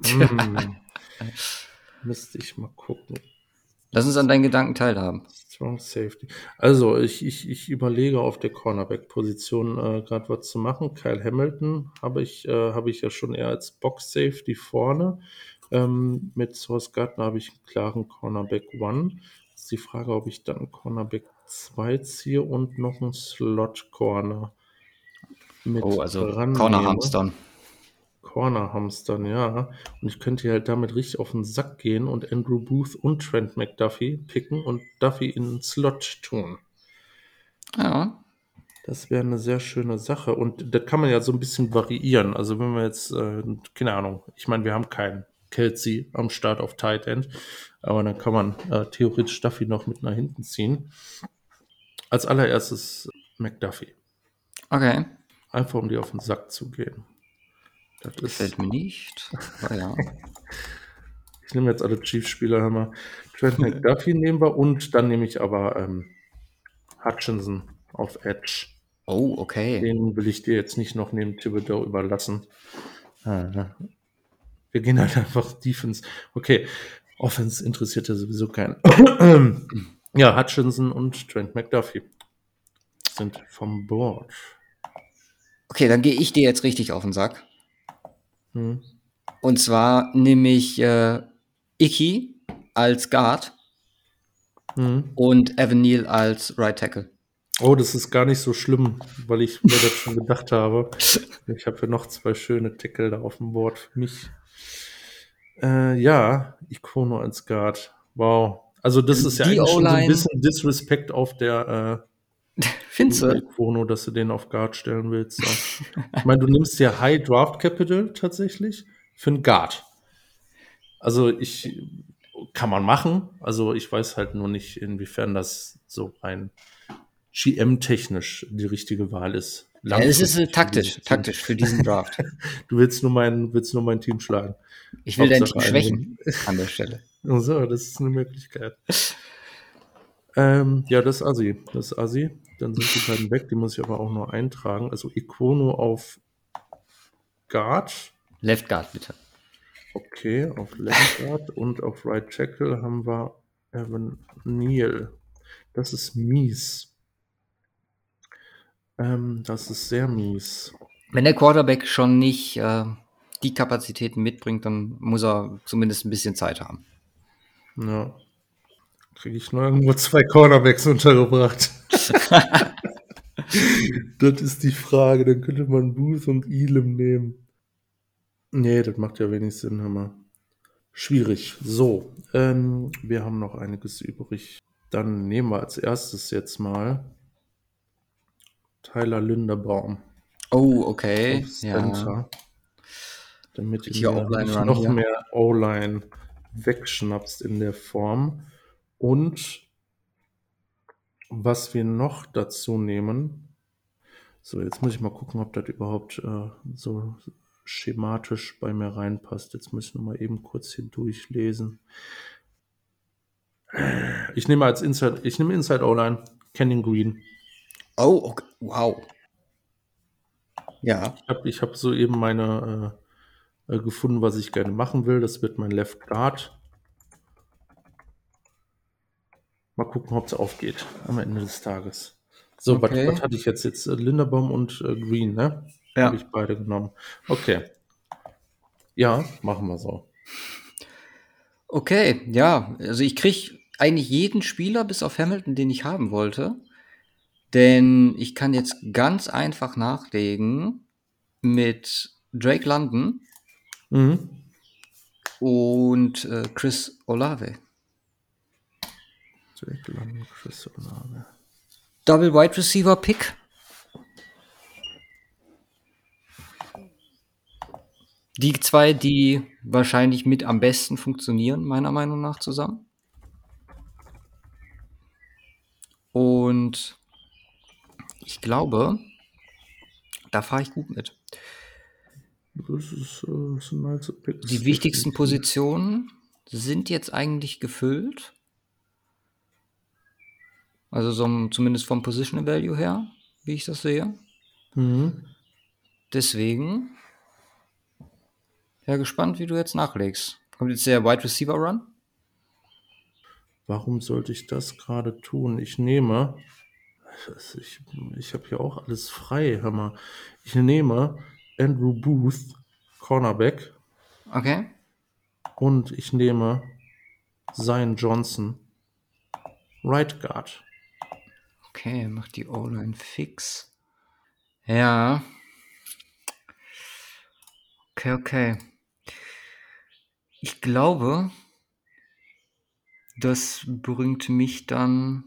A: Müsste ich mal gucken.
B: Lass uns an deinen Gedanken teilhaben.
A: Strong Safety. Also, ich überlege auf der Cornerback-Position gerade was zu machen. Kyle Hamilton habe ich ja schon eher als Box-Safety vorne. Mit Sauce Gardner habe ich einen klaren Cornerback 1. Ist die Frage, ob ich dann Cornerback 2 ziehe und noch einen Slot-Corner mit
B: also
A: dran
B: Corner
A: nehme.
B: Hamstern.
A: Corner Hamstern, ja. Und ich könnte halt damit richtig auf den Sack gehen und Andrew Booth und Trent McDuffie picken und Duffy in den Slot tun.
B: Ja.
A: Das wäre eine sehr schöne Sache. Und das kann man ja so ein bisschen variieren. Also wenn wir jetzt, keine Ahnung, ich meine, wir haben keinen Kelsey am Start auf Tight End, aber dann kann man theoretisch Duffy noch mit nach hinten ziehen. Als allererstes McDuffie.
B: Okay.
A: Einfach um die auf den Sack zu gehen. Das
B: Gefällt mir nicht. Aber ja.
A: Ich nehme jetzt alle Chiefs-Spieler, haben wir. Trent McDuffie nehmen wir und dann nehme ich aber Hutchinson auf Edge.
B: Oh, okay.
A: Den will ich dir jetzt nicht noch neben Thibodeau überlassen. Wir gehen halt einfach Defense. Okay, Offense interessiert ja sowieso keinen. Ja, Hutchinson und Trent McDuffie sind vom Board.
B: Okay, dann gehe ich dir jetzt richtig auf den Sack. Und zwar nehme ich Icky als Guard und Evan Neal als Right Tackle.
A: Oh, das ist gar nicht so schlimm, weil ich mir das schon gedacht habe. Ich habe ja noch 2 schöne Tackle da auf dem Board für mich. Ja, Ikono als Guard. Wow. Also das ist ja eigentlich schon so ein bisschen Disrespect auf der
B: Findest du?
A: Ikono, dass du den auf Guard stellen willst. So. Ich meine, du nimmst ja High Draft Capital tatsächlich für einen Guard. Also kann man machen. Also ich weiß halt nur nicht, inwiefern das so ein GM-technisch die richtige Wahl ist.
B: Ja, es ist taktisch für diesen Draft.
A: Du willst nur mein Team schlagen.
B: Ich will dein Team schwächen an der Stelle.
A: So, das ist eine Möglichkeit. Ja, das ist Assi. Dann sind die beiden weg, die muss ich aber auch nur eintragen. Also Ikono auf Guard.
B: Left Guard, bitte.
A: Okay, auf Left Guard und auf Right Tackle haben wir Evan Neal. Das ist mies. Das ist sehr mies.
B: Wenn der Quarterback schon nicht die Kapazitäten mitbringt, dann muss er zumindest ein bisschen Zeit haben.
A: Ja. Kriege ich nur irgendwo 2 Cornerbacks untergebracht. Das ist die Frage. Dann könnte man Booth und Elam nehmen. Nee, das macht ja wenig Sinn, hör mal. Schwierig. So, wir haben noch einiges übrig. Dann nehmen wir als erstes jetzt mal Tyler Linderbaum.
B: Oh, okay.
A: Auf Center.
B: Ja.
A: Damit ihr noch mehr O-Line wegschnappst in der Form. Und was wir noch dazu nehmen, so, jetzt muss ich mal gucken, ob das überhaupt so schematisch bei mir reinpasst. Jetzt muss ich noch mal eben kurz hier durchlesen. Ich nehme Inside O-Line, Kenyon Green.
B: Oh, okay. Wow. Ja.
A: Ich hab soeben meine gefunden, was ich gerne machen will. Das wird mein Left Guard. Mal gucken, ob es aufgeht am Ende des Tages. So, okay. Was hatte ich jetzt? Linderbaum und Green, ne? Ja. Habe ich beide genommen. Okay. Ja, machen wir so.
B: Okay, ja. Also ich kriege eigentlich jeden Spieler bis auf Hamilton, den ich haben wollte. Denn ich kann jetzt ganz einfach nachlegen mit Drake London und Chris Olave.
A: Drake London, Chris Olave.
B: Double Wide Receiver Pick. Die 2, die wahrscheinlich mit am besten funktionieren, meiner Meinung nach zusammen. Und ich glaube, da fahre ich gut mit.
A: Das ist ein nice Pick.
B: Die wichtigsten Positionen sind jetzt eigentlich gefüllt. Also zumindest vom Positional Value her, wie ich das sehe.
A: Mhm.
B: Deswegen, ja, gespannt, wie du jetzt nachlegst. Kommt jetzt der Wide Receiver Run?
A: Warum sollte ich das gerade tun? Ich nehme, ich, ich habe hier auch alles frei, hör mal. Ich nehme Andrew Booth, Cornerback,
B: Okay.
A: und ich nehme Zion Johnson, Right Guard.
B: Okay, macht die O-Line fix. Ja. Okay, okay. Ich glaube, das bringt mich dann.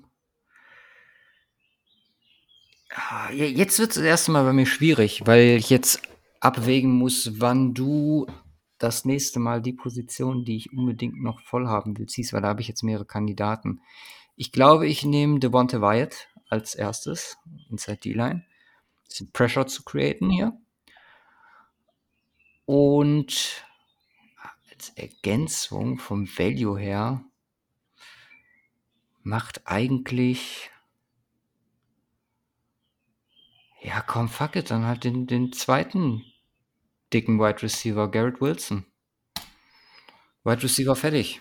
B: Jetzt wird es das erste Mal bei mir schwierig, weil ich jetzt abwägen muss, wann du das nächste Mal die Position, die ich unbedingt noch voll haben will, ziehst, weil da habe ich jetzt mehrere Kandidaten. Ich glaube, ich nehme Devonte Wyatt als erstes, Inside D-Line. Bisschen Pressure zu createn hier. Und als Ergänzung vom Value her macht eigentlich. Ja, komm, fuck it, dann halt den zweiten dicken Wide Receiver, Garrett Wilson. Wide Receiver fertig.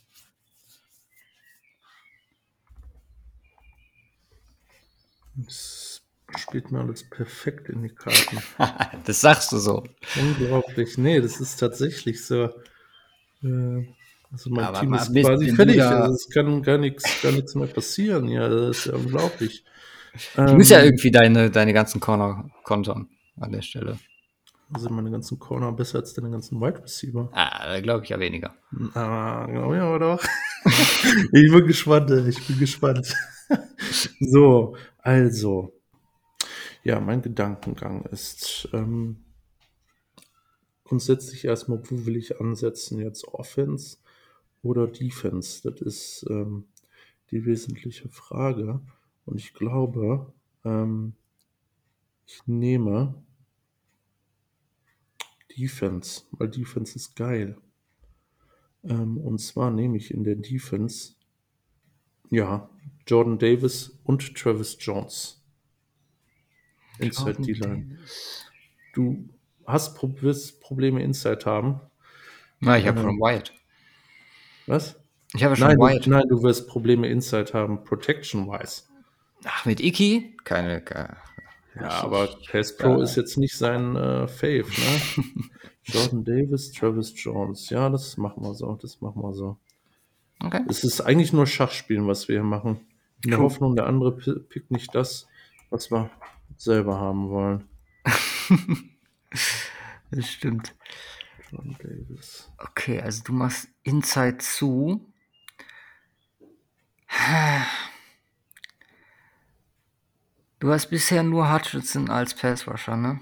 A: Das spielt mir alles perfekt in die Karten.
B: Das sagst du so.
A: Unglaublich. Nee, das ist tatsächlich so. Also mein
B: Aber
A: Team
B: mal
A: ist quasi
B: wenn du
A: fertig.
B: da.
A: Also es kann gar nichts mehr passieren. Ja, das ist ja unglaublich.
B: Ich muss ja irgendwie deine ganzen Corner kontern an der Stelle.
A: Sind meine ganzen Corner besser als deine ganzen Wide Receiver?
B: Da glaube ich ja weniger.
A: Glaube ich aber doch. Ich bin gespannt, ich bin gespannt. So, also. Ja, mein Gedankengang ist grundsätzlich erstmal, wo will ich ansetzen? Jetzt Offense oder Defense? Das ist die wesentliche Frage. Und ich glaube, ich nehme Defense, weil Defense ist geil. Und zwar nehme ich in der Defense, ja, Jordan Davis und Travis Jones. Inside
B: Jordan
A: D-Line.
B: Davis.
A: Du wirst Probleme Inside haben.
B: Na, ich habe schon
A: Ähm,
B: Wyatt.
A: was?
B: Ich habe schon Wyatt.
A: Nein, du wirst Probleme Inside haben, Protection-wise.
B: Ach, mit Iki? Keine.
A: Ja,
B: Ich,
A: aber
B: ich,
A: Pass Pro ist jetzt nicht sein Fave, ne? Jordan Davis, Travis Jones. Ja, das machen wir so. Das machen wir so.
B: Okay.
A: Es ist eigentlich nur Schachspielen, was wir hier machen. In der
B: True.
A: Hoffnung, der andere pickt nicht das, was wir selber haben wollen.
B: Das stimmt.
A: Jordan Davis.
B: Okay, also du machst Inside zu. Du hast bisher nur Hutchinson als Passrusher, ne?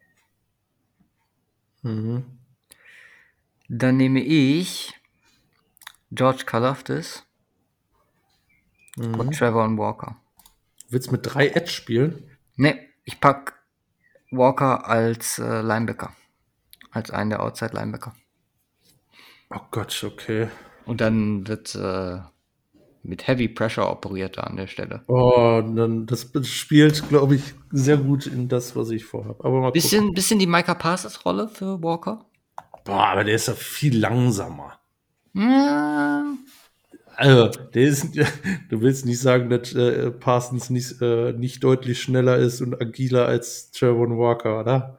A: Mhm.
B: Dann nehme ich George Karlaftis und Trevor und Walker.
A: Willst mit 3 Edge spielen?
B: Ne, ich pack Walker als Linebacker. Als einen der Outside-Linebacker.
A: Oh Gott, okay.
B: Und dann wird mit Heavy Pressure operiert da an der Stelle.
A: Oh, dann das spielt, glaube ich, sehr gut in das, was ich vorhabe. Aber mal gucken.
B: Bisschen die Micah Parsons-Rolle für Walker.
A: Boah, aber der ist ja viel langsamer.
B: Ja,
A: Also, der ist, du willst nicht sagen, dass Parsons nicht deutlich schneller ist und agiler als Trevor Walker, oder?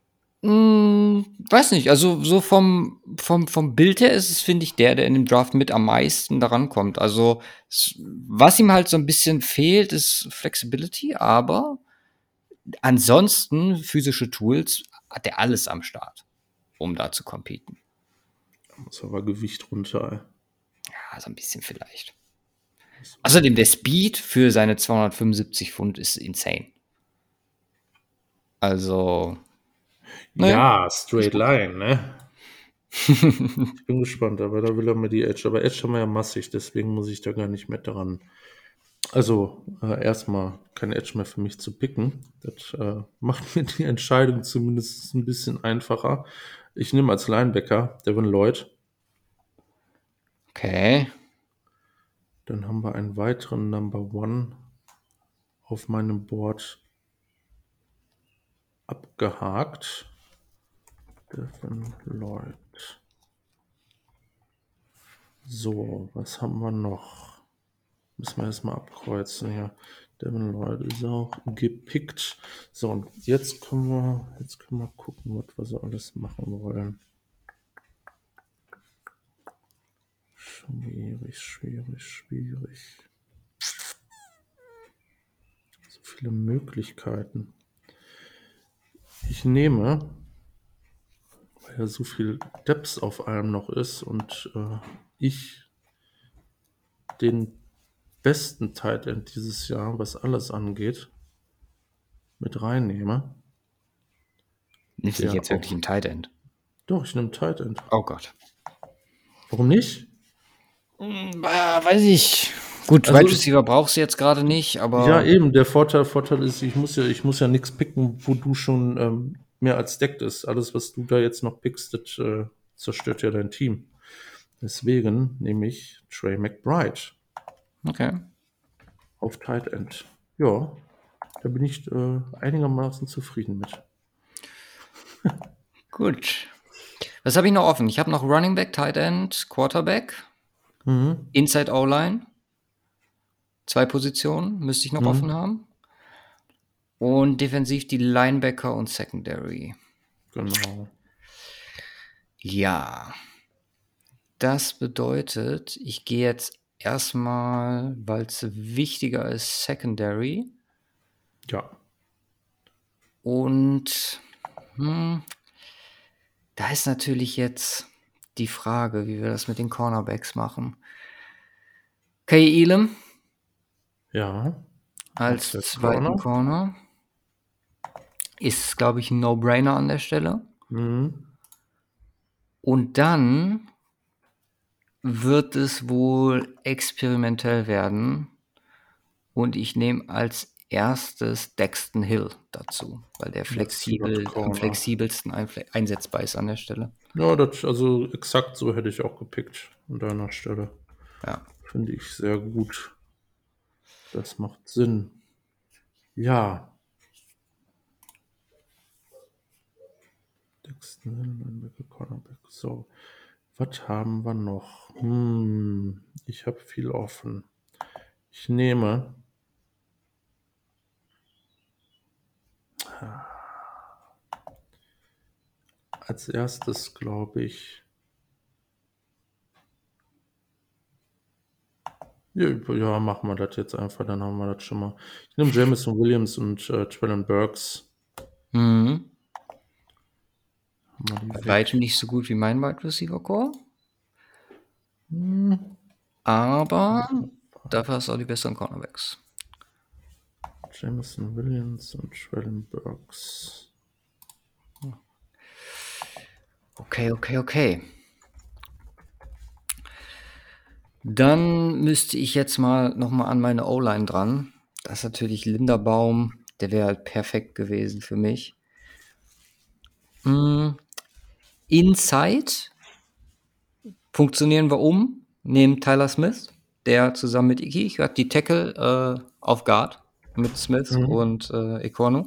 B: weiß nicht, also so vom Bild her ist es, finde ich, der in dem Draft mit am meisten daran kommt. Also, was ihm halt so ein bisschen fehlt, ist Flexibility, aber ansonsten physische Tools hat er alles am Start, um da zu competen.
A: Muss aber Gewicht runter.
B: Ja, so ein bisschen vielleicht. Außerdem der Speed für seine 275 Pfund ist insane. Also, ne?
A: Ja, Straight Line, ne? Ich bin gespannt, aber da will er mir die Edge. Aber Edge haben wir ja massig, deswegen muss ich da gar nicht mehr dran. Also, erstmal kein Edge mehr für mich zu picken. Das macht mir die Entscheidung zumindest ein bisschen einfacher. Ich nehme als Linebacker Devin Lloyd.
B: Okay.
A: Dann haben wir einen weiteren Number One auf meinem Board. abgehakt. Devin Lloyd. So, was haben wir noch? Müssen wir erstmal abkreuzen hier. Devin Lloyd ist auch gepickt. So, und jetzt können wir gucken, was wir so alles machen wollen. Schwierig. So viele Möglichkeiten. Ich nehme, weil ja so viel Depth auf allem noch ist und ich den besten Tight End dieses Jahr, was alles angeht, mit reinnehme.
B: Nimmst du jetzt wirklich einen Tight End?
A: Doch, ich nehme Tight End.
B: Oh Gott.
A: Warum nicht?
B: Weiß ich. Gut,
A: Also,
B: Wide Receiver brauchst du jetzt gerade nicht, aber.
A: Ja, eben. Der Vorteil ist, ich muss ja nichts picken, wo du schon mehr als deckt ist. Alles, was du da jetzt noch pickst, das zerstört ja dein Team. Deswegen nehme ich Trey McBride.
B: Okay.
A: Auf Tight End. Ja, da bin ich einigermaßen zufrieden mit.
B: Gut. Was habe ich noch offen? Ich habe noch Running Back, Tight End, Quarterback, Inside O-Line. 2 Positionen müsste ich noch offen haben. Und defensiv die Linebacker und Secondary.
A: Genau.
B: Ja. Das bedeutet, ich gehe jetzt erstmal, weil es wichtiger ist, Secondary.
A: Ja.
B: Und da ist natürlich jetzt die Frage, wie wir das mit den Cornerbacks machen. Kay Elam
A: Ja.
B: als zweiten Corner ist, glaube ich, ein No-Brainer an der Stelle. Und dann wird es wohl experimentell werden. Und ich nehme als erstes Daxton Hill dazu, weil der am flexibelsten einsetzbar ist an der Stelle.
A: Ja, also exakt so hätte ich auch gepickt an deiner Stelle.
B: Ja.
A: Finde ich sehr gut. Das macht Sinn. Ja. Daxton Hill, Linebacker, Cornerback. So. Was haben wir noch? Ich habe viel offen. Ich nehme als erstes, glaube ich, ja, machen wir das jetzt einfach, dann haben wir das schon mal. Ich nehme Jameson Williams und Traylon Burks.
B: Bei weitem nicht so gut wie mein Wide Receiver Core. Aber dafür hast du auch die besseren Cornerbacks.
A: Jameson Williams und Traylon Burks.
B: Okay. Dann müsste ich jetzt nochmal an meine O-Line dran. Das ist natürlich Linderbaum. Der wäre halt perfekt gewesen für mich. Inside funktionieren wir nehmen Tyler Smith, der zusammen mit Iki, ich habe die Tackle auf Guard mit Smith und Ekwonu.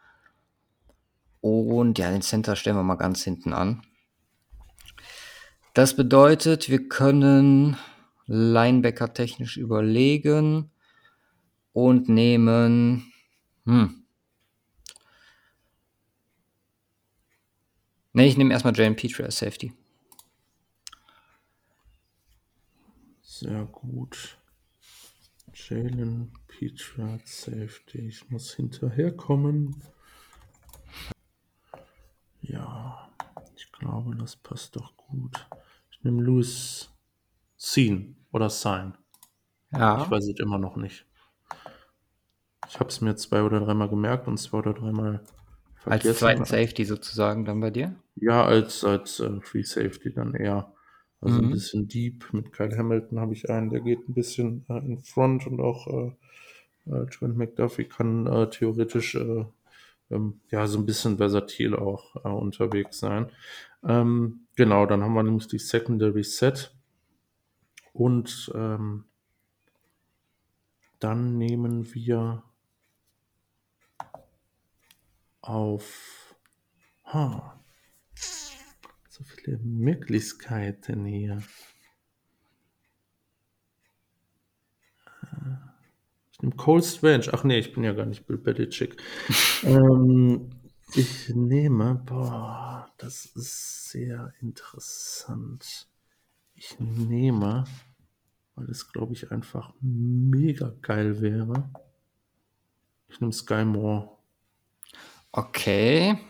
B: Und ja, den Center stellen wir mal ganz hinten an. Das bedeutet, wir können Linebacker technisch überlegen und nehmen ich nehme erstmal Jalen Petrie als Safety.
A: Sehr gut. Jalen Petrie als Safety. Ich muss hinterherkommen. Ja, ich glaube, das passt doch gut. Ich nehme Louis Cine oder Sign.
B: Ja.
A: Ich weiß es immer noch nicht. Ich habe es mir 2 oder 3 Mal gemerkt und 2 oder 3 Mal vergessen.
B: Als zweiten Safety sozusagen dann bei dir?
A: Ja, als Free Safety dann eher. Also ein bisschen deep. Mit Kyle Hamilton habe ich einen, der geht ein bisschen in Front und auch Trent McDuffie kann theoretisch so ein bisschen versatil auch unterwegs sein. Genau, dann haben wir nämlich die Secondary Set und dann nehmen wir auf so viele Möglichkeiten hier. Ich nehme Cole Strange. Ach nee, ich bin ja gar nicht Bill Belichick. Ich nehme, das ist sehr interessant. Ich nehme, weil es, glaube ich, einfach mega geil wäre. Ich nehme Sky Moore.
B: Okay.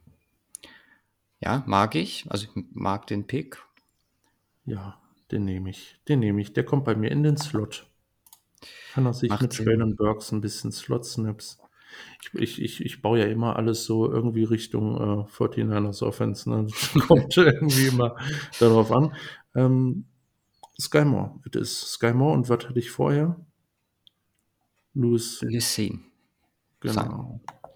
B: Ja, mag ich. Also ich mag den Pick.
A: Ja, den nehme ich. Den nehme ich. Der kommt bei mir in den Slot. Kann er sich
B: Macht
A: mit
B: Sinn.
A: Traylon Burks ein bisschen Slot-Snaps. Ich baue ja immer alles so irgendwie Richtung 49ers Offense. Ne? Das kommt irgendwie immer darauf an. Sky Moore. It is Sky Moore. Und was hatte ich vorher? Louis.
B: Lysine.
A: Genau.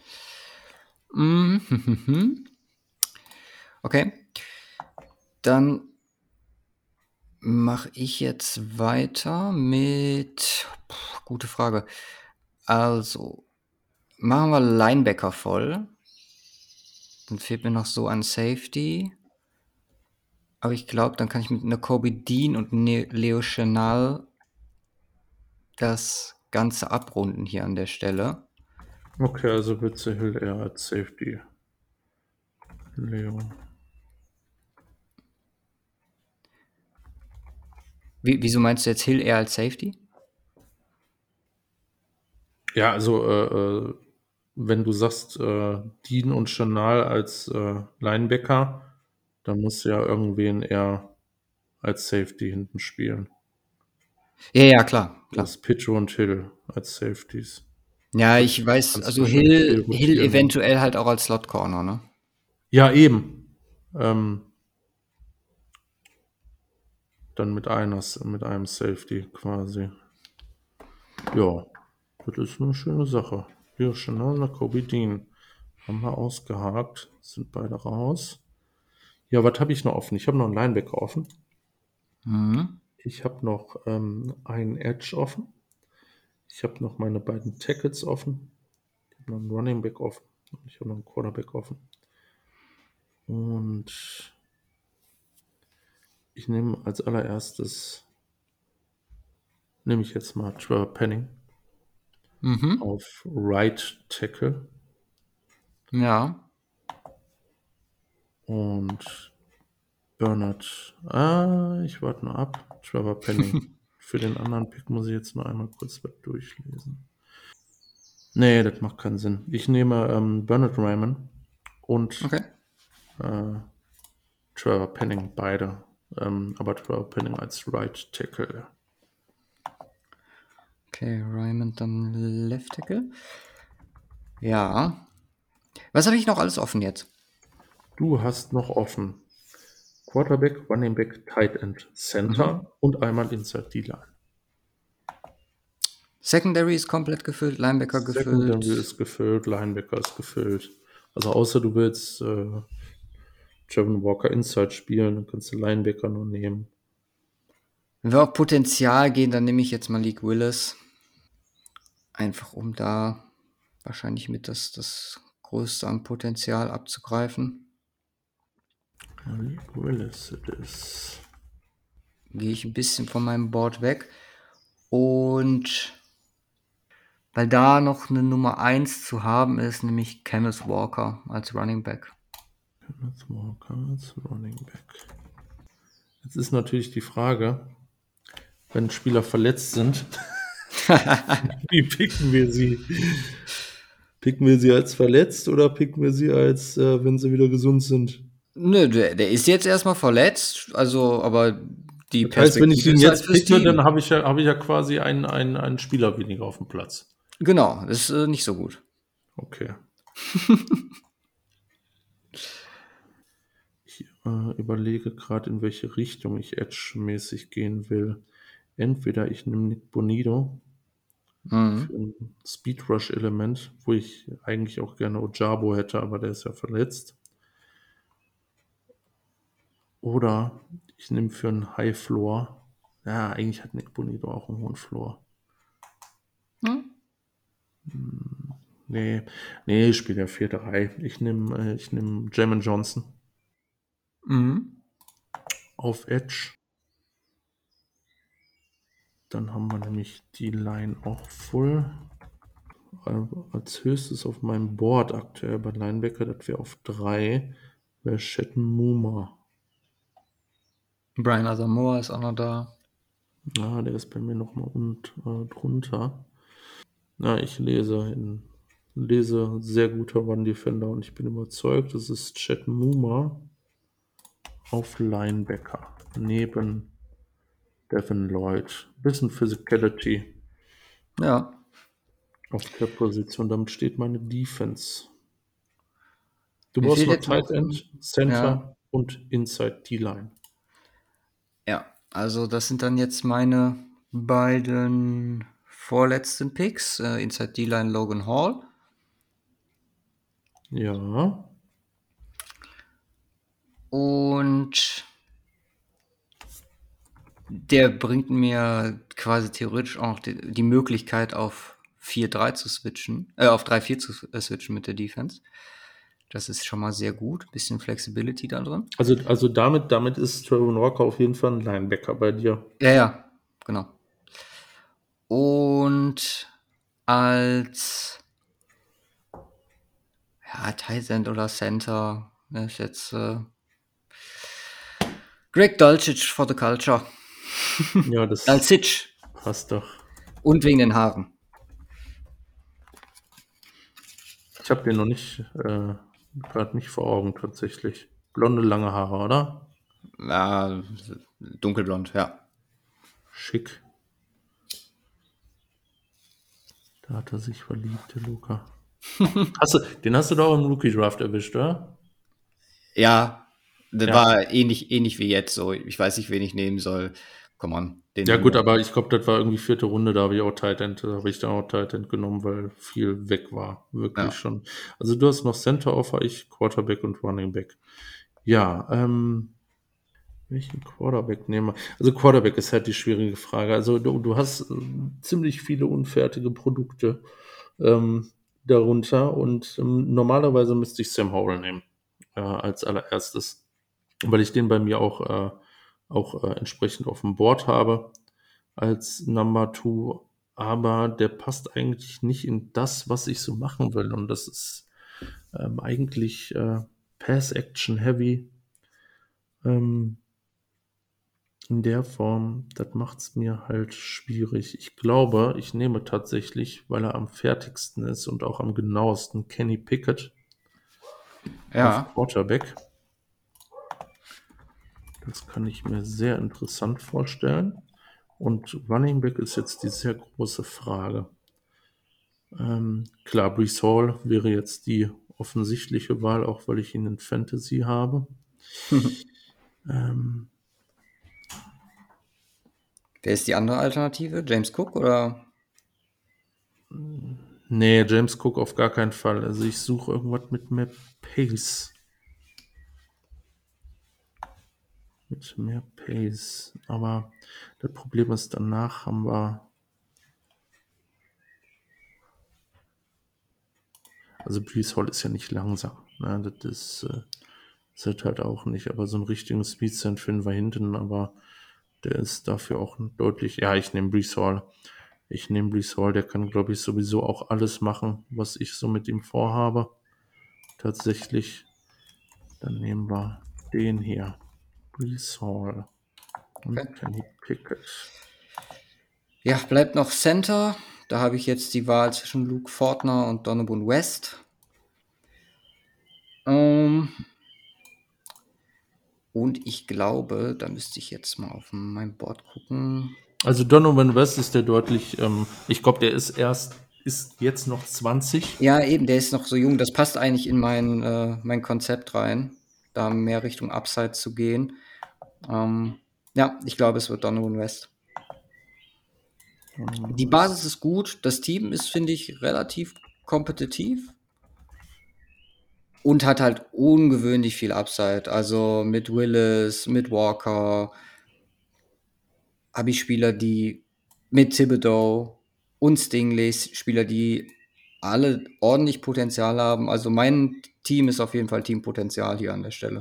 B: Okay. Dann mache ich jetzt weiter mit. Gute Frage. Also, machen wir Linebacker voll. Dann fehlt mir noch so ein Safety. Aber ich glaube, dann kann ich mit einer Kobe Dean und Leo Chenal das Ganze abrunden hier an der Stelle.
A: Okay, also Witze Hill eher als Safety. Leo.
B: Wieso meinst du jetzt Hill eher als Safety?
A: Ja, also wenn du sagst Dean und Chanal als Linebacker, dann muss ja irgendwen eher als Safety hinten spielen.
B: Ja, klar.
A: Das ist Pitcho und Hill als Safeties.
B: Ja, ich weiß,
A: Kannst
B: also
A: wahrscheinlich viel
B: Hill
A: rotieren.
B: eventuell halt auch als Slot Corner, ne?
A: Ja, eben. Dann mit einem Safety quasi. Ja, das ist eine schöne Sache. Hier, Chanel und Kobe Dean. Haben wir ausgehakt. Sind beide raus. Ja, was habe ich noch offen? Ich habe noch einen Linebacker offen. Ich habe noch einen Edge offen. Ich habe noch meine beiden Tackles offen. Ich habe noch einen Running Back offen. Und ich habe noch einen Quarterback offen. Und ich nehme als allererstes, nehme ich jetzt mal Trevor Penning auf Right Tackle.
B: Ja.
A: Und Bernard, ich warte noch ab. Trevor Penning. Für den anderen Pick muss ich jetzt noch einmal kurz was durchlesen. Nee, das macht keinen Sinn. Ich nehme Bernard Raymond und Trevor Penning, beide. Aber Trevor Penning als Right Tackle.
B: Okay, Raymond dann Left Tackle. Ja. Was habe ich noch alles offen jetzt?
A: Du hast noch offen Quarterback, Running Back, Tight End, Center und einmal Inside D-Line.
B: Secondary ist komplett gefüllt, Linebacker gefüllt.
A: Secondary ist gefüllt, Linebacker ist gefüllt. Also außer du willst Trevor Walker Inside spielen, dann kannst du Linebacker nur nehmen.
B: Wenn wir auf Potenzial gehen, dann nehme ich jetzt mal Malik Willis. Einfach um da wahrscheinlich mit das Größte an Potenzial abzugreifen.
A: Malik Willis, it is.
B: Gehe ich ein bisschen von meinem Board weg. Und weil da noch eine Nummer 1 zu haben ist, nämlich Kenneth Walker als Running Back.
A: Kenneth Walker als Running Back. Jetzt ist natürlich die Frage, wenn Spieler verletzt sind, wie picken wir sie? Picken wir sie als verletzt oder picken wir sie als, wenn sie wieder gesund sind?
B: Nö, der ist jetzt erstmal verletzt, also, aber die
A: Das heißt, wenn ich ihn
B: ist
A: jetzt
B: halt fürs
A: picke,
B: Team.
A: dann habe ich ja quasi einen Spieler weniger auf dem Platz.
B: Genau, das ist nicht so gut.
A: Okay. Ich überlege gerade, in welche Richtung ich Edge-mäßig gehen will. Entweder ich nehme Nick Bonito für ein Speed-Rush-Element, wo ich eigentlich auch gerne Ojabo hätte, aber der ist ja verletzt. Oder ich nehme für einen High-Floor. Ja, eigentlich hat Nick Bonito auch einen hohen Floor. Nee, Nee, ich spiele ja 4-3. Ich nehm Jamin Johnson auf Edge. Dann haben wir nämlich die Line auch full. Als höchstes auf meinem Board aktuell bei Linebacker, das wäre auf 3, wäre Shetton Muma.
B: Brian Asamoah ist auch noch da.
A: Ja, der ist bei mir nochmal drunter. Na, ich lese sehr guter Run-Defender und ich bin überzeugt, es ist Chet Muma auf Linebacker neben Devin Lloyd. Bisschen Physicality
B: Ja.
A: auf der Position. Damit steht meine Defense. Du
B: Mir
A: brauchst
B: fehlt
A: noch
B: jetzt noch.
A: Tight End, Center
B: Ja.
A: und Inside D-Line.
B: Ja, also das sind dann jetzt meine beiden vorletzten Picks. Inside D-Line Logan Hall.
A: Ja.
B: Und der bringt mir quasi theoretisch auch noch die Möglichkeit, auf 4-3 zu switchen, auf 3-4 zu switchen mit der Defense. Das ist schon mal sehr gut. Bisschen Flexibility da drin.
A: Also damit ist Trevor Walker auf jeden Fall ein Linebacker bei dir.
B: Ja, genau. Und als Tight End oder Center ist jetzt Greg Dulcich for the culture.
A: Ja, das
B: Dulcich.
A: passt doch.
B: Und wegen den Haaren.
A: Ich habe den noch nicht, gerade nicht vor Augen tatsächlich. Blonde, lange Haare, oder?
B: Ja, dunkelblond, ja.
A: Schick. Da hat er sich verliebt, der Luca. Den hast du doch im Rookie Draft erwischt, oder?
B: Ja, das
A: Ja.
B: war ähnlich wie jetzt so. Ich weiß nicht, wen ich nehmen soll. Come on.
A: Ja gut, aber ich glaube, das war irgendwie 4. Runde, da habe ich dann auch Tight End genommen, weil viel weg war. Wirklich schon. Also du hast noch Center Offer, ich Quarterback und Running Back. Ja, welchen Quarterback nehmen wir? Also Quarterback ist halt die schwierige Frage. Also du hast ziemlich viele unfertige Produkte darunter und normalerweise müsste ich Sam Howell nehmen als allererstes, weil ich den bei mir auch entsprechend auf dem Board habe als Number 2, aber der passt eigentlich nicht in das, was ich so machen will, und das ist eigentlich Pass-Action-Heavy in der Form. Das macht es mir halt schwierig. Ich glaube, ich nehme tatsächlich, weil er am fertigsten ist und auch am genauesten, Kenny Pickett auf Quarterback. Das kann ich mir sehr interessant vorstellen. Und Running Back ist jetzt die sehr große Frage. Klar, Breece Hall wäre jetzt die offensichtliche Wahl, auch weil ich ihn in Fantasy habe.
B: Wer ist die andere Alternative? James Cook oder?
A: Nee, James Cook auf gar keinen Fall. Also ich suche irgendwas mit mehr Pace. Mit mehr Pace. Aber das Problem ist, danach haben wir. Also Breece Hall ist ja nicht langsam. Ne? Das ist halt auch nicht. Aber so einen richtigen Speedstand finden wir hinten. Aber der ist dafür auch deutlich. Ja, ich nehme Breece Hall. Der kann, glaube ich, sowieso auch alles machen, was ich so mit ihm vorhabe. Tatsächlich. Dann nehmen wir den hier. Breece Hall. Und Kenny Pickett.
B: Ja, bleibt noch Center. Da habe ich jetzt die Wahl zwischen Luke Fortner und Donovan West. Und ich glaube, da müsste ich jetzt mal auf mein Board gucken.
A: Also Donovan West ist der deutlich, ich glaube, der ist jetzt noch 20.
B: Ja, eben, der ist noch so jung. Das passt eigentlich in mein Konzept rein, da mehr Richtung Upside zu gehen. Ja, ich glaube, es wird Donovan West. Die Basis ist gut. Das Team ist, finde ich, relativ kompetitiv. Und hat halt ungewöhnlich viel Upside. Also mit Willis, mit Walker habe ich Spieler, die mit Thibodeau und Stingley Spieler, die alle ordentlich Potenzial haben. Also mein Team ist auf jeden Fall Teampotenzial hier an der Stelle.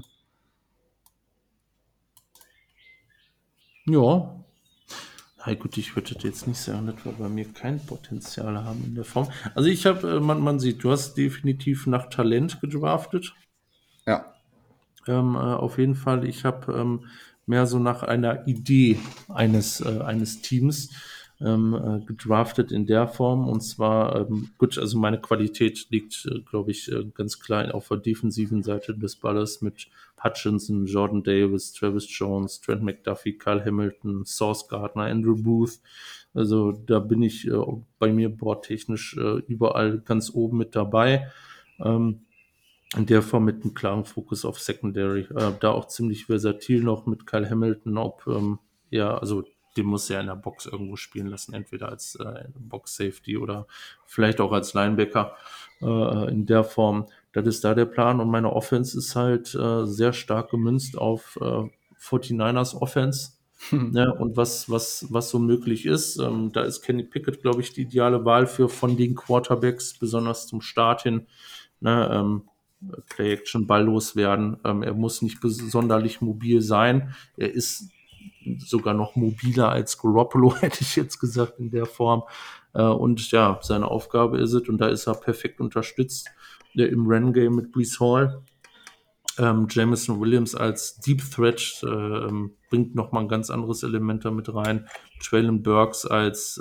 A: Ja. Na gut, ich würde jetzt nicht sagen, dass wir bei mir kein Potenzial haben in der Form. Also ich habe, man sieht, du hast definitiv nach Talent gedraftet.
B: Ja.
A: Auf jeden Fall, ich habe mehr so nach einer Idee eines Teams gedraftet in der Form. Und zwar, gut, also meine Qualität liegt, glaube ich, ganz klar auf der defensiven Seite des Balles mit Hutchinson, Jordan Davis, Travis Jones, Trent McDuffie, Kyle Hamilton, Sauce Gardner, Andrew Booth. Also da bin ich bei mir bordtechnisch überall ganz oben mit dabei. In der Form mit einem klaren Fokus auf Secondary. Da auch ziemlich versatil noch mit Kyle Hamilton, also den muss er in der Box irgendwo spielen lassen, entweder als Box-Safety oder vielleicht auch als Linebacker in der Form. Das ist da der Plan und meine Offense ist halt sehr stark gemünzt auf 49ers Offense. Ja, und was so möglich ist, da ist Kenny Pickett, glaube ich, die ideale Wahl von den Quarterbacks, besonders zum Start hin. Ne, Play-Action Ball loswerden. Er muss nicht sonderlich mobil sein. Er ist sogar noch mobiler als Garoppolo, hätte ich jetzt gesagt, in der Form. Und ja, seine Aufgabe ist es, und da ist er perfekt unterstützt, im Run-Game mit Breece Hall. Jameson Williams als Deep Threat bringt nochmal ein ganz anderes Element damit rein. Traylon Burks als,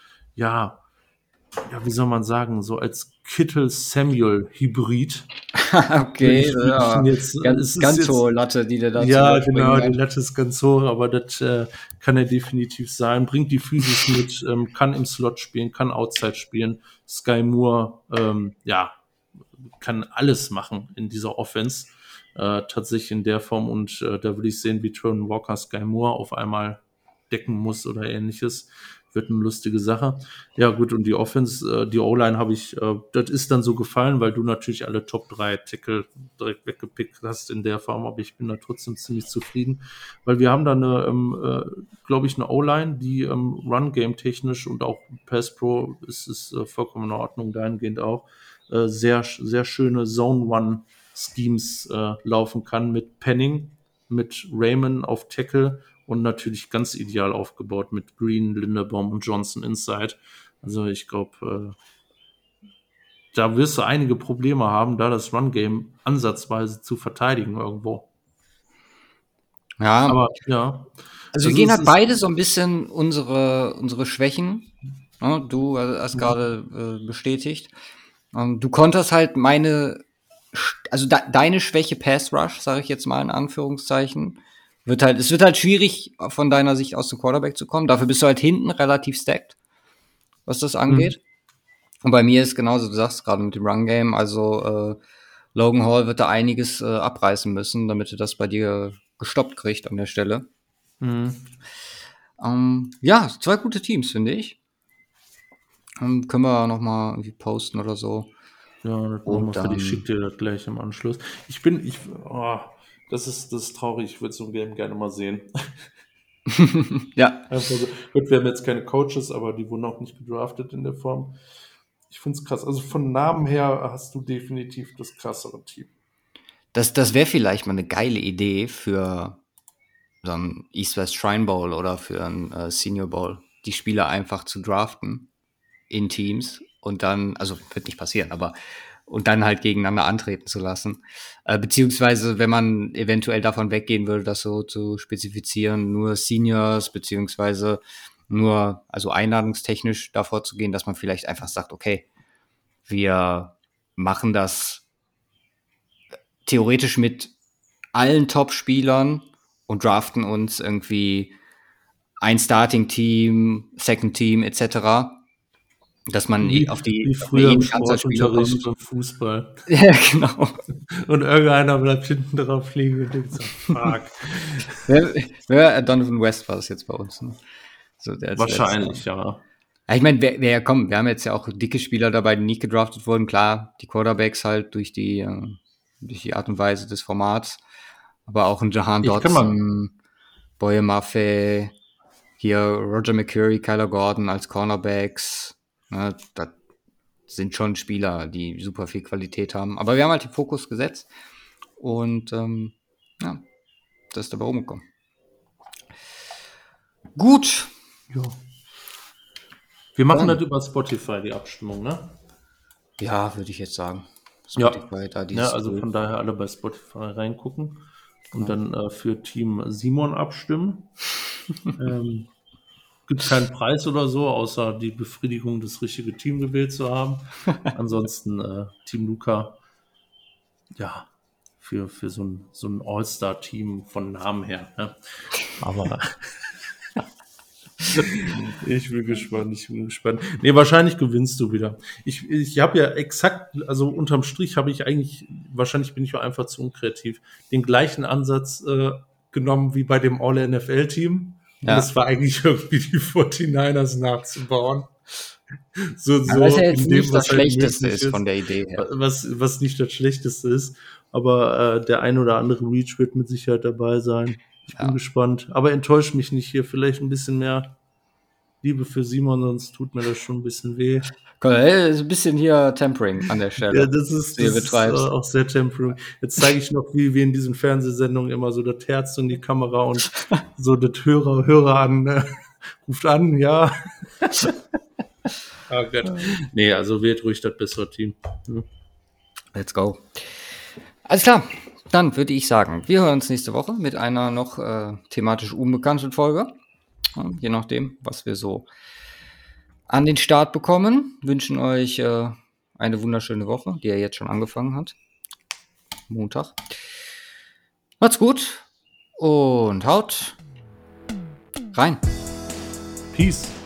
A: wie soll man sagen, so als Kittle-Samuel-Hybrid.
B: Okay, ganz
A: jetzt,
B: hohe Latte, die der da
A: ja, genau, die Latte ist ganz hoch, aber das kann er definitiv sein. Bringt die Physis mit, kann im Slot spielen, kann Outside spielen. Sky Moore, kann alles machen in dieser Offense. Tatsächlich in der Form und da würde ich sehen, wie Trevor Walker Sky Moore auf einmal decken muss oder ähnliches. Wird eine lustige Sache. Ja, gut, und die Offense, die O-Line habe ich, das ist dann so gefallen, weil du natürlich alle Top 3 Tackle direkt weggepickt hast in der Form, aber ich bin da trotzdem ziemlich zufrieden, weil wir haben da glaube ich, eine O-Line, die Run-Game technisch und auch Pass Pro ist vollkommen in Ordnung, dahingehend auch sehr, sehr schöne Zone-One-Schemes laufen kann mit Penning, mit Raymond auf Tackle und natürlich ganz ideal aufgebaut mit Green, Linderbaum und Johnson inside. Also ich glaube, da wirst du einige Probleme haben, da das Run-Game ansatzweise zu verteidigen irgendwo.
B: Ja,
A: aber ja.
B: Also wir gehen halt beide so ein bisschen unsere Schwächen. Ne? Du hast gerade bestätigt. Du konterst halt deine Schwäche Pass Rush, sage ich jetzt mal in Anführungszeichen. Es wird halt schwierig, von deiner Sicht aus zum Quarterback zu kommen. Dafür bist du halt hinten relativ stacked, was das angeht. Und bei mir ist genauso, du sagst gerade mit dem Run-Game, also Logan Hall wird da einiges abreißen müssen, damit er das bei dir gestoppt kriegt an der Stelle. Ja, 2 gute Teams, finde ich. Können wir noch mal irgendwie posten oder so.
A: Ja, das machen wir. Ich schicke dir das gleich im Anschluss. Das ist traurig. Ich würde so ein Game gerne mal sehen.
B: Ja.
A: Einfach so. Gut, wir haben jetzt keine Coaches, aber die wurden auch nicht gedraftet in der Form. Ich finde es krass. Also von Namen her hast du definitiv das krassere Team.
B: Das wäre vielleicht mal eine geile Idee für so einen East-West Shrine Bowl oder für einen Senior Bowl, die Spieler einfach zu draften in Teams und dann, also wird nicht passieren, aber und dann halt gegeneinander antreten zu lassen. Beziehungsweise, wenn man eventuell davon weggehen würde, das so zu spezifizieren, nur Seniors, beziehungsweise nur, also einladungstechnisch davor zu gehen, dass man vielleicht einfach sagt, okay, wir machen das theoretisch mit allen Top-Spielern und draften uns irgendwie ein Starting-Team, Second-Team etc., dass man auf
A: wie früher im Sportunterricht beim Fußball.
B: Ja, genau.
A: Und irgendeiner bleibt hinten drauf liegen und denkt so, fuck.
B: Donovan West war das jetzt bei uns. Ne? So,
A: wahrscheinlich, ja.
B: Ich meine, wir haben jetzt ja auch dicke Spieler dabei, die nicht gedraftet wurden. Klar, die Quarterbacks halt durch die Art und Weise des Formats. Aber auch ein Jahan Dotson, Boye Maffei, hier Roger McCurry, Kyler Gordon als Cornerbacks. Ne, sind schon Spieler, die super viel Qualität haben. Aber wir haben halt den Fokus gesetzt und ja, das ist dabei rumgekommen. Gut.
A: Ja. Wir machen das über Spotify, die Abstimmung, ne?
B: Ja, würde ich jetzt sagen.
A: Spotify, also von daher alle bei Spotify reingucken und dann für Team Simon abstimmen. Gibt keinen Preis oder so, außer die Befriedigung, das richtige Team gewählt zu haben. Ansonsten Team Luca, ja, für so ein All-Star-Team von Namen her. Ne? Aber ich bin gespannt. Nee, wahrscheinlich gewinnst du wieder. Ich habe ja exakt, also unterm Strich habe ich eigentlich, wahrscheinlich bin ich auch einfach zu unkreativ, den gleichen Ansatz genommen wie bei dem All-NFL-Team. Ja. Und das war eigentlich irgendwie die 49ers nachzubauen. So,
B: was ja jetzt nicht das Schlechteste ist von der Idee her.
A: Was nicht das Schlechteste ist. Aber der ein oder andere Reach wird mit Sicherheit dabei sein. Ich bin gespannt. Aber enttäuscht mich nicht hier. Vielleicht ein bisschen mehr Liebe für Simon, sonst tut mir das schon ein bisschen weh.
B: Das ist ein bisschen hier Tempering an der Stelle.
A: Ja, das ist auch sehr Tempering. Jetzt zeige ich noch, wie wir in diesen Fernsehsendungen immer so das Herz in die Kamera und so das Hörer an, ruft an, ja. Oh Gott. Nee, also wählt ruhig das bessere Team.
B: Let's go. Alles klar, dann würde ich sagen, wir hören uns nächste Woche mit einer noch thematisch unbekannten Folge. Je nachdem, was wir so an den Start bekommen. Wünschen euch eine wunderschöne Woche, die ja jetzt schon angefangen hat. Montag. Macht's gut und haut rein.
A: Peace.